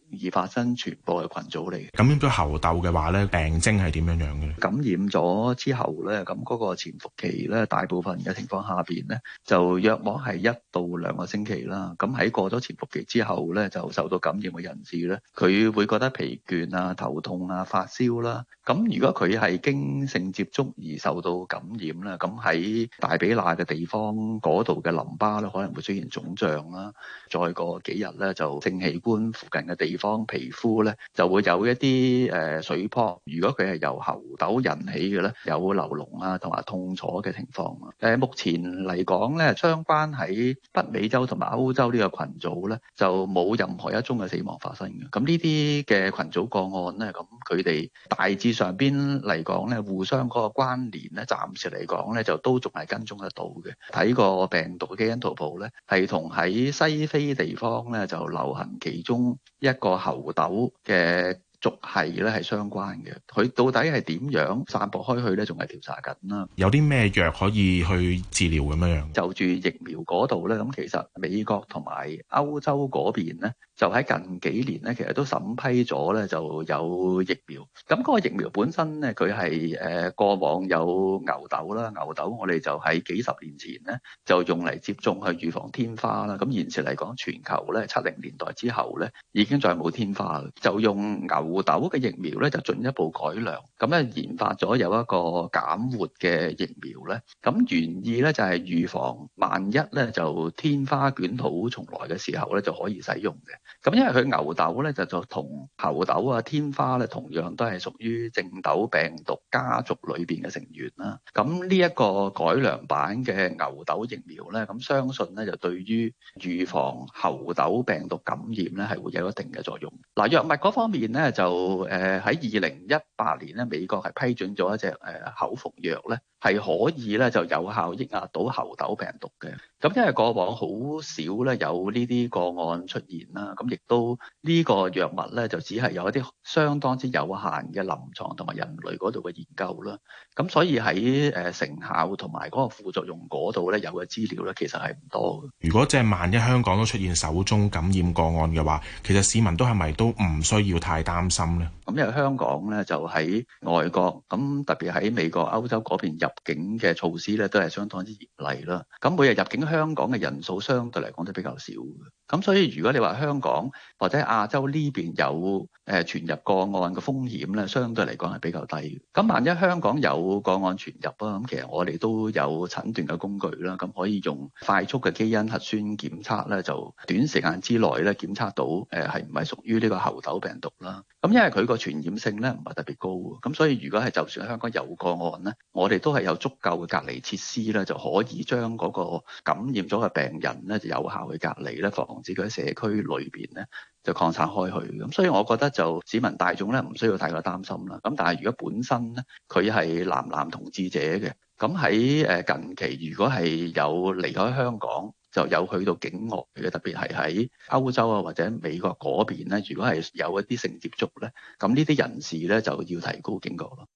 易發生傳播嘅群組嚟嘅。 感染咗猴痘嘅話咧，病徵係點樣樣嘅咧？ 感染咗之後咧，咁嗰個潛伏期咧，大部分嘅情況下邊咧，就約莫係一到兩個星期啦。咁喺過咗潛伏期之後咧，就受到感染嘅人士咧，佢會覺得疲倦啊、頭痛啊、發燒啦。咁如果佢係經性接觸而受到感染啦，咁喺大髀罅嘅地方嗰度嘅淋巴咧，可能會出現腫脹啦。再過幾日咧，就性器官附近嘅地方皮膚咧，就會有一啲誒水泡。如果佢係由猴痘引起嘅咧，有流膿啊同埋痛楚嘅情況。誒目前嚟講咧，相關喺北美洲同埋歐洲呢個群組咧，就冇任何一宗嘅死亡發生嘅。咁呢啲嘅群組個案咧，咁佢哋大致上邊嚟講咧，互相嗰個關聯咧，暫時嚟講咧，就都仲係跟蹤得到嘅。睇個病毒嘅基因圖譜咧，係同喺西非地方咧就流行其中一個猴痘嘅族系咧係相關嘅。佢到底係點樣散播開去咧，仲係調查緊啦。 有啲咩藥可以去治療咁樣樣？就住疫苗嗰度咧，咁其實美國同埋歐洲嗰邊咧，就喺近幾年咧，其實都審批咗咧，就有疫苗。咁嗰個疫苗本身咧，佢係誒過往有牛痘啦，牛痘我哋就喺幾十年前咧，就用嚟接種去預防天花啦。咁現時嚟講，全球咧七零年代之後咧，已經再冇天花啦，就用牛痘嘅疫苗咧，就進一步改良，咁咧研發咗有一個減活嘅疫苗咧。咁原意咧就係預防萬一咧就天花捲土重來嘅時候咧，就可以使用嘅。咁因為佢牛痘咧就就同猴痘啊、天花咧同樣都係屬於正痘病毒家族裏邊嘅成員啦。咁呢一個改良版嘅牛痘疫苗咧，咁相信咧就對於預防猴痘病毒感染咧係會有一定嘅作用。嗱，藥物嗰方面咧就誒喺二零一八年咧，美國係批准咗一隻誒口服藥咧，係可以咧就有效抑壓到猴痘病毒嘅。咁因為過往好少咧有呢啲個案出現啦，咁亦都呢個藥物咧就只係有一啲相當之有限嘅臨床同埋人類嗰度嘅研究啦。咁所以喺誒成效同埋嗰個副作用嗰度咧有嘅資料咧其實係唔多嘅。 如果即係萬一香港都出現首宗感染個案嘅話，其實市民都係咪都唔需要太擔心咧？ 咁因為香港咧就喺外國，咁特別喺美國、歐洲嗰邊入境嘅措施咧都係相當之嚴厲啦。咁每日入境香港嘅人數相對嚟講都比較少嘅。咁所以如果你話香港或者亞洲呢邊有誒傳入個案嘅風險咧，相對嚟講係比較低。咁萬一香港有個案傳入啊，咁其實我哋都有診斷嘅工具啦，咁可以用快速嘅基因核酸檢測咧，就短時間之內咧檢測到誒係唔係屬於呢個猴痘病毒啦。咁因為佢個傳染性咧唔係特別高，咁所以如果係就算香港有個案咧，我哋都係有足夠嘅隔離設施咧，就可以將嗰個感染咗嘅病人咧就有效去隔離咧，防止佢喺社區裏邊咧就擴散開去。咁所以我覺得就市民大眾咧唔需要太過擔心啦。咁但係如果本身咧佢係男男同志者嘅，咁喺誒近期如果係有離開香港，就有去到境外嘅，特別係喺歐洲啊或者美國嗰邊咧，如果係有一啲性接觸咧，咁呢啲人士咧就要提高警覺咯。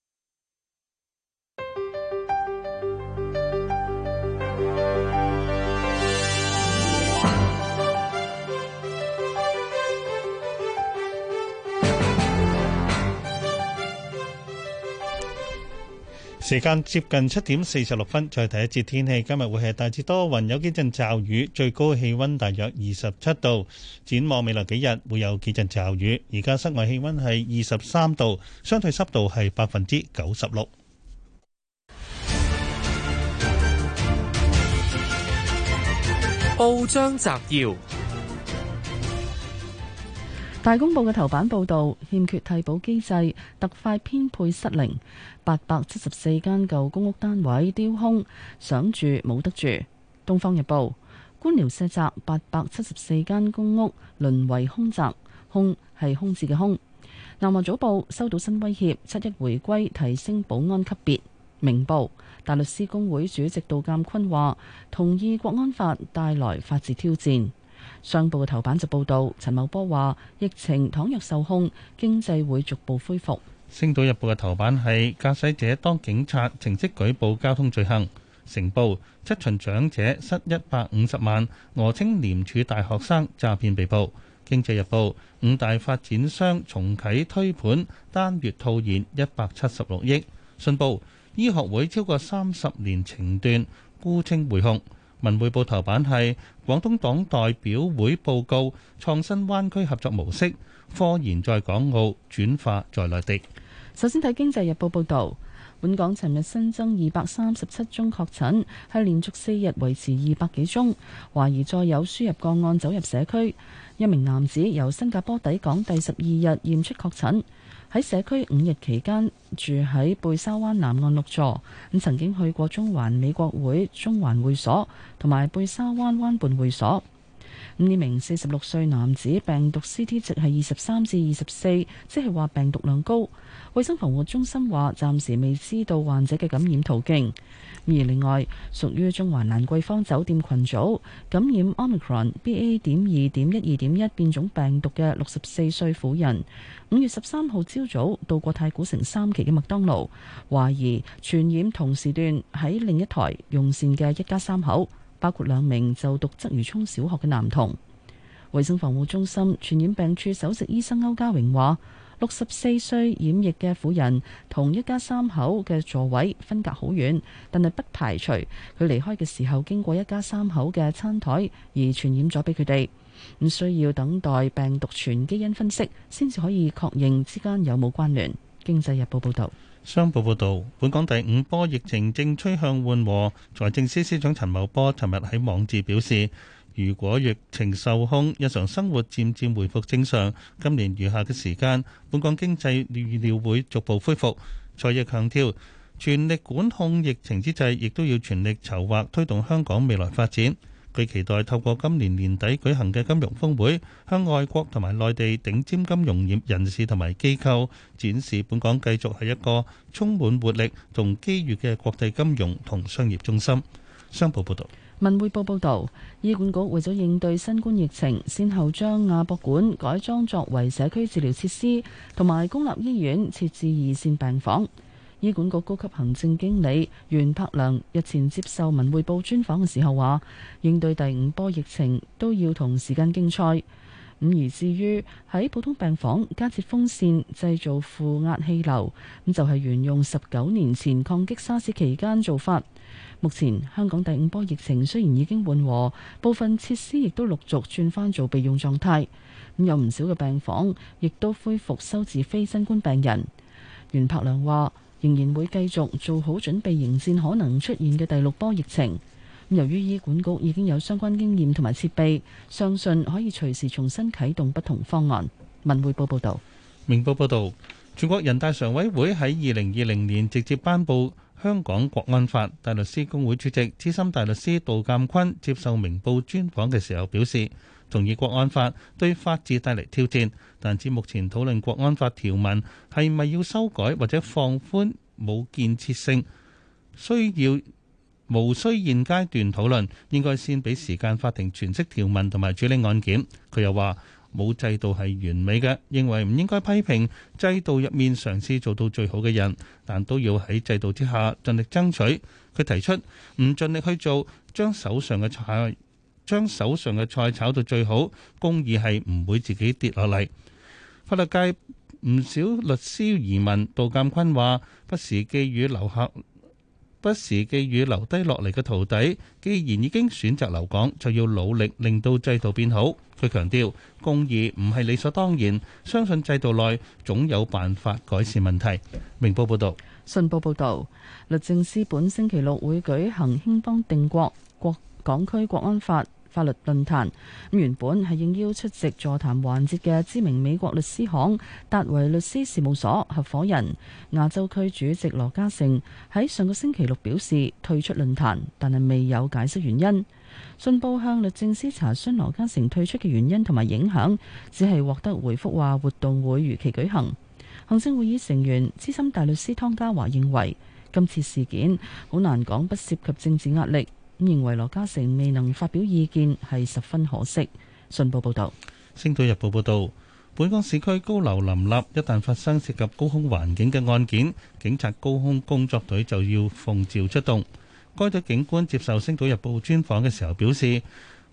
時間接近七點四十六分，再睇一節天氣。今日會係大致多雲，有幾陣驟雨，最高氣溫大約二十七度。展望未來幾日會有幾陣驟雨。而家室外氣溫係二十三度，相對濕度係百分之九十六。 報章摘要。 大公報嘅頭版報導，欠缺替補機制，特快編配失靈，八百七十四間舊公屋單位丟空，想住冇得住。東方日報，官僚卸責，八百七十四間公屋淪為空宅，空係空置嘅空。南華早報，收到新威脅，七一回歸提升保安級別。明報，大律師公會主席杜鑑坤話，同意國安法帶來法治挑戰。上報嘅頭版就報道，陳茂波話疫情倘若受控，經濟會逐步恢復。 星島日報嘅頭版係駕駛者當警察，程式舉報交通罪行。成報，七旬長者失一百五十萬，訛稱廉署大學生詐騙被捕。 經濟日報五大發展商重啟推盤，單月套現一百七十六億。信報醫學會超過三十年情斷，沽清匯控。文匯報頭版係廣東黨代表會報告創新灣區合作模式，科研在港澳，轉化在內地。 首先睇經濟日報報導。本港尋日新增二百三十七宗確診，係連續四日維持二百幾宗，懷疑再有輸入個案走入社區。一名男子由新加坡抵港第十二日驗出確診，喺社區五日期間住喺貝沙灣南岸六座，咁曾經去過中環美國會中環會所同埋貝沙灣灣畔會所。呢名四十六歲男子病毒 C T 值係二十三至二十四，即係話病毒量高。衛生防護中心話暫時未知道患者嘅感染途徑。而另外，屬於中環蘭桂坊酒店群組感染 Omicron B A 點二點一二點一變種病毒嘅六十四歲婦人，五月十三號朝早到過太古城三期嘅麥當勞，懷疑傳染同時段喺另一台用膳嘅一家三口，包括兩名就讀鰂魚涌小學嘅男童。衛生防護中心傳染病處首席醫生歐家榮話，六十四歲染疫嘅婦人同一家三口嘅座位分隔好遠，但係不排除佢離開嘅時候經過一家三口嘅餐台而傳染咗俾佢哋。唔需要等待病毒全基因分析先至可以確認之間有冇關聯。經濟日報報道。 商報報導，本港第五波疫情正趨向緩和。財政司司長陳茂波尋日喺網誌表示，如果疫情受控，日常生活漸漸回復正常，今年餘下嘅時間，本港經濟預料會逐步恢復。財爺強調，全力管控疫情之際，亦都要全力籌劃推動香港未來發展。佢期待透過今年年底舉行嘅金融峰會，向外國同埋內地頂尖金融業人士同埋機構展示本港繼續係一個充滿活力同機遇嘅國際金融同商業中心。商報報導。 文匯報報導，醫管局為咗應對新冠疫情，先後將亞博館改裝作為社區治療設施，同埋公立醫院設置二線病房。醫管局高級行政經理袁柏良日前接受文匯報專訪嘅時候話，應對第五波疫情都要同時間競賽。咁而至於喺普通病房加設風扇製造負壓氣流，咁就係沿用十九年前抗擊沙士期間做法。目前香港第五波疫情雖然已經緩和，部分設施亦都陸續轉翻做備用狀態。咁有唔少嘅病房亦都恢復收治非新冠病人。袁柏良話，仍然會繼續做好準備迎戰可能出現嘅第六波疫情。由於醫管局已經有相關經驗同埋設備，相信可以隨時重新啟動不同方案。文匯報報道。 明報報道，全國人大常委會喺二零二零年直接頒布香港國安法。大律師公會主席資深大律師杜鑑坤接受明報專訪嘅時候表示，同意國安法對法治帶嚟挑戰，但指目前討論國安法條文係咪要修改或者放寬冇建設性，需要無需現階段討論，應該先俾時間法庭詮釋條文同埋處理案件。佢又話冇制度係完美嘅，認為唔應該批評制度入面嘗試做到最好嘅人，但都要喺制度之下盡力爭取。佢提出唔盡力去做，將手上嘅菜將手上嘅菜炒到最好，公義係唔會自己跌落嚟。法律界唔少律師疑問，杜鑑坤話不時寄語留客。不時寄語留低落嚟嘅徒弟，既然已經選擇留港，就要努力令到制度變好。佢強調，公義唔係理所當然，相信制度內總有辦法改善問題。明報報道。 信報報導，律政司本星期六會舉行興邦定國國港區國安法法律論壇。咁原本係應邀出席座談環節嘅知名美國律師行達維律師事務所合夥人亞洲區主席羅家誠喺上個星期六表示退出論壇，但係未有解釋原因。信報向律政司查詢羅家誠退出嘅原因同埋影響，只係獲得回覆話活動會如期舉行。行政會議成員資深大律師湯家驊認為今次事件好難講不涉及政治壓力，咁認為羅家誠未能發表意見係十分可惜。信報報導。 《星島日報》報導，本港市區高樓林立，一旦發生涉及高空環境嘅案件，警察高空工作隊就要奉召出動。該隊警官接受《星島日報》專訪嘅時候表示，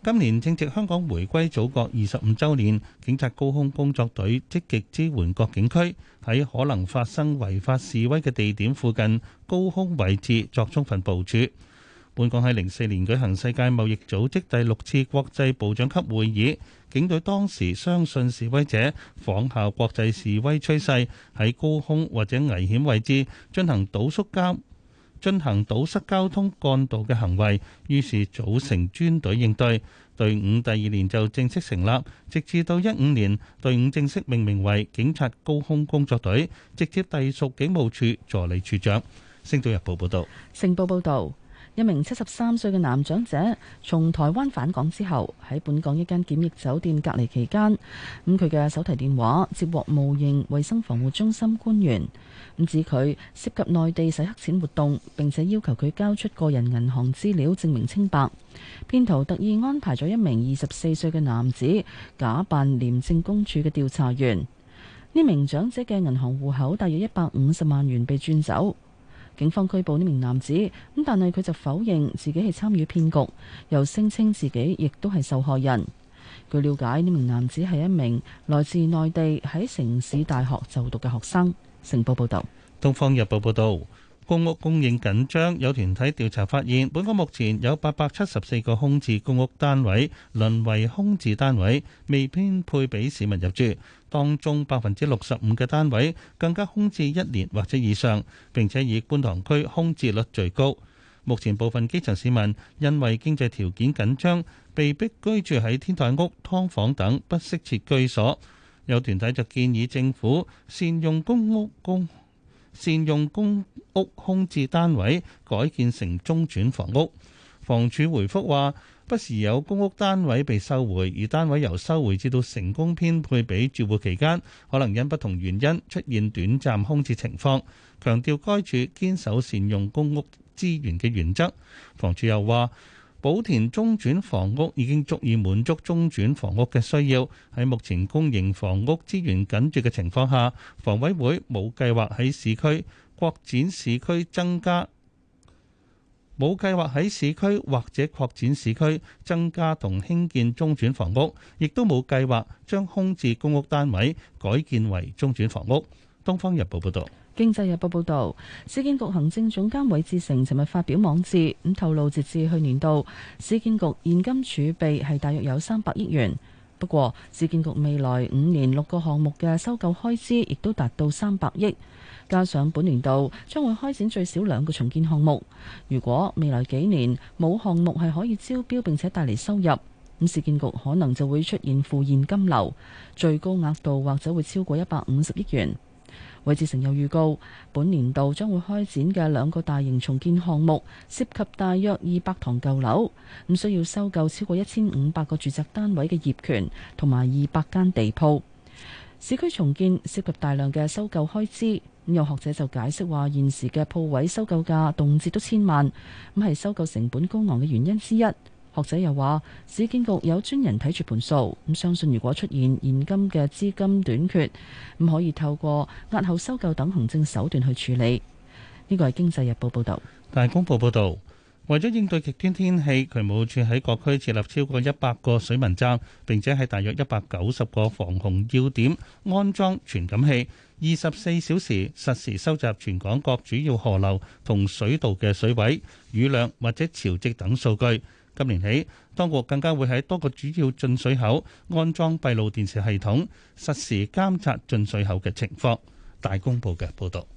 今年正值香港回歸祖國二十五週年，警察高空工作隊積極支援各警區，喺可能發生違法示威嘅地點附近高空位置作充分部署。本港喺零四年舉行世界貿易組織第六次國際部長級會議，警隊當時相信示威者仿效國際示威趨勢，喺高空或者危險位置進行堵塞交進行堵塞交通幹道嘅行為，於是組成專隊應對。隊伍第二年就正式成立，直至到一五年，隊伍正式命名為警察高空工作隊，直接隸屬警務處助理處長。星島日報報道。 成報報導。一名七十三歲嘅男長者從台灣返港之後，喺本港一間檢疫酒店隔離期間，咁佢嘅手提電話接獲冒認衛生防護中心官員，咁指佢涉及內地洗黑錢活動，並且要求佢交出個人銀行資料證明清白。騙徒特意安排咗一名二十四歲嘅男子假扮廉政公署嘅調查員，呢名長者嘅銀行戶口大約一百五十萬元被轉走。警方拘捕呢名男子，咁但係佢就否認自己係參與騙局，又聲稱自己亦都係受害人。據了解，呢名男子係一名來自內地喺城市大學就讀嘅學生。成報報道。 東方日報報道，公屋供應緊張，有團體調查發現，本港目前有八百七十四個空置公屋單位淪為空置單位，未編配俾市民入住。當中百分之六十五嘅單位更加空置一年或者以上，並且以觀塘區空置率最高。目前部分基層市民因為經濟條件緊張，被迫居住喺天台屋、劏房等不適切居所。有團體就建議政府善用公屋公善用公屋空置單位改建成中轉房屋。房署回覆話，不時有公屋單位被收回，而單位由收回至到成功編配俾住戶期間，可能因不同原因出現短暫空置情況。強調該處堅守善用公屋資源嘅原則。房署又話，寶田中轉房屋已經足以滿足中轉房屋嘅需要。喺目前公營房屋資源緊絀嘅情況下，房委會冇計劃喺市區擴展市區增加。冇計劃喺市區或者擴展市區增加同興建中轉房屋，亦都冇計劃將空置公屋單位改建為中轉房屋。《東方日報》報道。《 經濟日報》報道，市建局行政總監韋志成尋日發表網誌，咁透露截至去年度，市建局現金儲備係大約有三百億元。不過，市建局未來五年六個項目嘅收購開支亦都達到三百億。加上本年度將會開展最少兩個重建項目，如果未來幾年冇項目係可以招標並且帶嚟收入，咁市建局可能就會出現負現金流，最高額度或者會超過一百五十億元。韋志成又預告，本年度將會開展嘅兩個大型重建項目，涉及大約二百幢舊樓，咁需要收購超過一千五百個住宅單位嘅業權同埋二百間地鋪。市區重建涉及大量嘅收購開支。咁有學者就解釋話，現時嘅鋪位收購價動輒都千萬，咁係收購成本高昂嘅原因之一。學者又話，市建局有專人睇住盤數，咁相信如果出現現金嘅資金短缺，咁可以透過押後收購等行政手段去處理。呢個係《經濟日報》報導。 大公報報導，為咗應對極端天氣，渠務署喺各區設立超過一百個水文站，並且喺大約一百九十個防洪要點安裝傳感器，二十四小時實時收集全港各主要河流同水道嘅水位、雨量或者潮汐等數據。今年起，當局更加會喺多個主要進水口安裝閉路電視系統，實時監察進水口嘅情況。大公報嘅報導。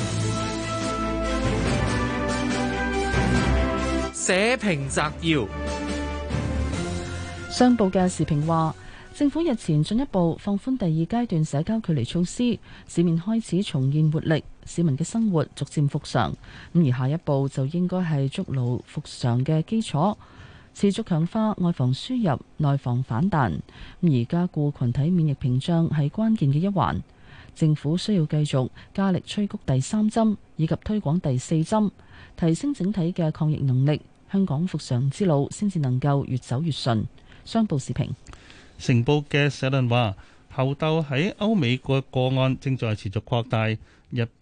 社評摘要。 商報嘅時評話，政府日前進一步放寬第二階段社交距離措施，市面開始重現活力，市民嘅生活逐漸復常。咁而下一步就應該係築牢復常嘅基礎，持續強化外防輸入、內防反彈。咁而加固群體免疫屏障係關鍵嘅一環。政府需要繼續加力催谷第三針，以及推廣第四針，提升整體嘅抗疫能力。香港復常之路先至能夠越走越順。商報時評。 成報嘅社論話，猴痘喺歐美個個案正在持續擴大。日本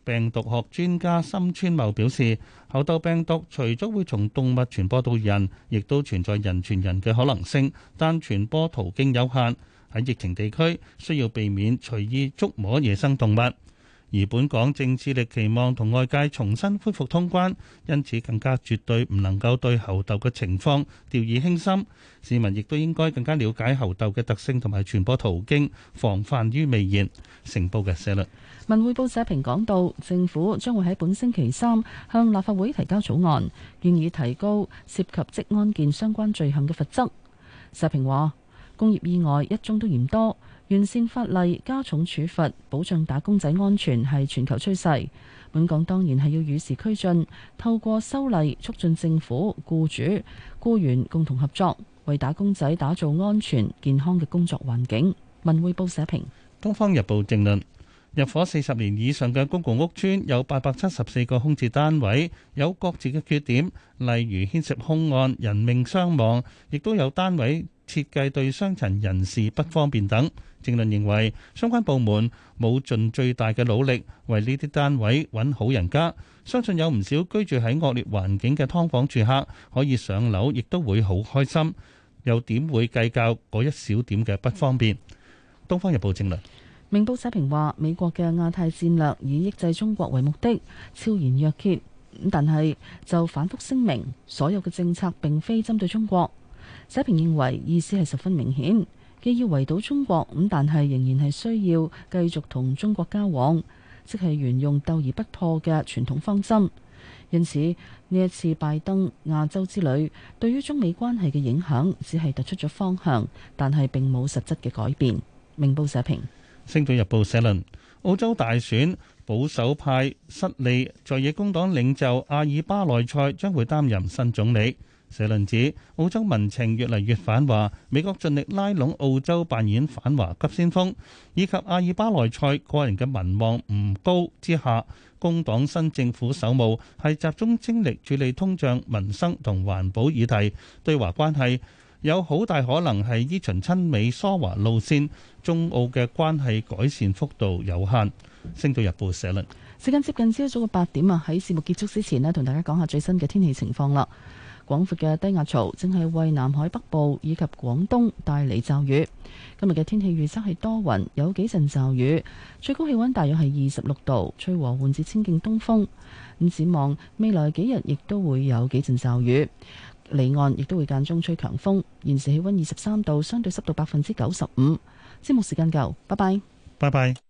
病毒學專家森川茂表示，猴痘病毒除咗會從動物傳播到人，亦都存在人傳人嘅可能性，但傳播途徑有限。喺疫情地區，需要避免隨意觸摸野生動物。而本港正致力期望同外界重新恢復通關，因此更加絕對唔能夠對猴痘嘅情況掉以輕心。市民亦都應該更加了解猴痘嘅特性同埋傳播途徑，防範於未然。成報嘅社論。 文匯報社評講到，政府將會喺本星期三向立法會提交草案，建議提高涉及職安健相關罪行嘅罰則。社評話，工業意外一宗都嫌多，完善法例加重處罰，保障打工仔安全係全球趨勢。本港當然係要與時俱進，透過修例促進政府、僱主、僱員共同合作，為打工仔打造安全健康嘅工作環境。文匯報社評。 《東方日報》正論。入伙四十年以上嘅公共屋邨有八百七十四個空置單位，有各自嘅缺點，例如牽涉兇案、人命傷亡，亦都有單位設計對傷殘人士不方便等。正論認為相關部門冇盡最大嘅努力為呢啲單位揾好人家，相信有唔少居住喺惡劣環境嘅劏房住客可以上樓，亦都會好開心，又點會計較嗰一小點嘅不方便？《東方日報》正論。 明報社評話，美國嘅亞太戰略以抑制中國為目的，昭然若揭。咁但係就反覆聲明，所有嘅政策並非針對中國。社評認為意思係十分明顯，既要圍堵中國，咁但係仍然係需要繼續同中國交往，即係沿用鬥而不破嘅傳統方針。因此呢一次拜登亞洲之旅對於中美關係嘅影響，只係突出咗方向，但係並冇實質嘅改變。明報社評。 《星島日報》社論：澳洲大選保守派失利，在野工黨領袖阿爾巴內塞將會擔任新總理。社論指澳洲民情越嚟越反華，美國盡力拉攏澳洲扮演反華急先鋒，以及阿爾巴內塞個人嘅民望唔高之下，工黨新政府首務係集中精力處理通脹、民生同環保議題，對華關係有好大可能係依循親美疏華路線，中澳嘅關係改善幅度有限。星島日報社論。 時間接近朝早嘅八點啊，喺節目結束之前呢，同大家講下最新嘅天氣情況啦。廣闊嘅低壓槽正係為南海北部以及廣東帶嚟驟雨。今日嘅天氣預測係多雲，有幾陣驟雨，最高氣溫大約係二十六度，吹和緩至清勁東風。咁展望未來幾日亦都會有幾陣驟雨。離岸亦都會間中吹強風，現時氣溫二十三度，相對濕度百分之九十五。節目時間夠，拜拜。 拜拜。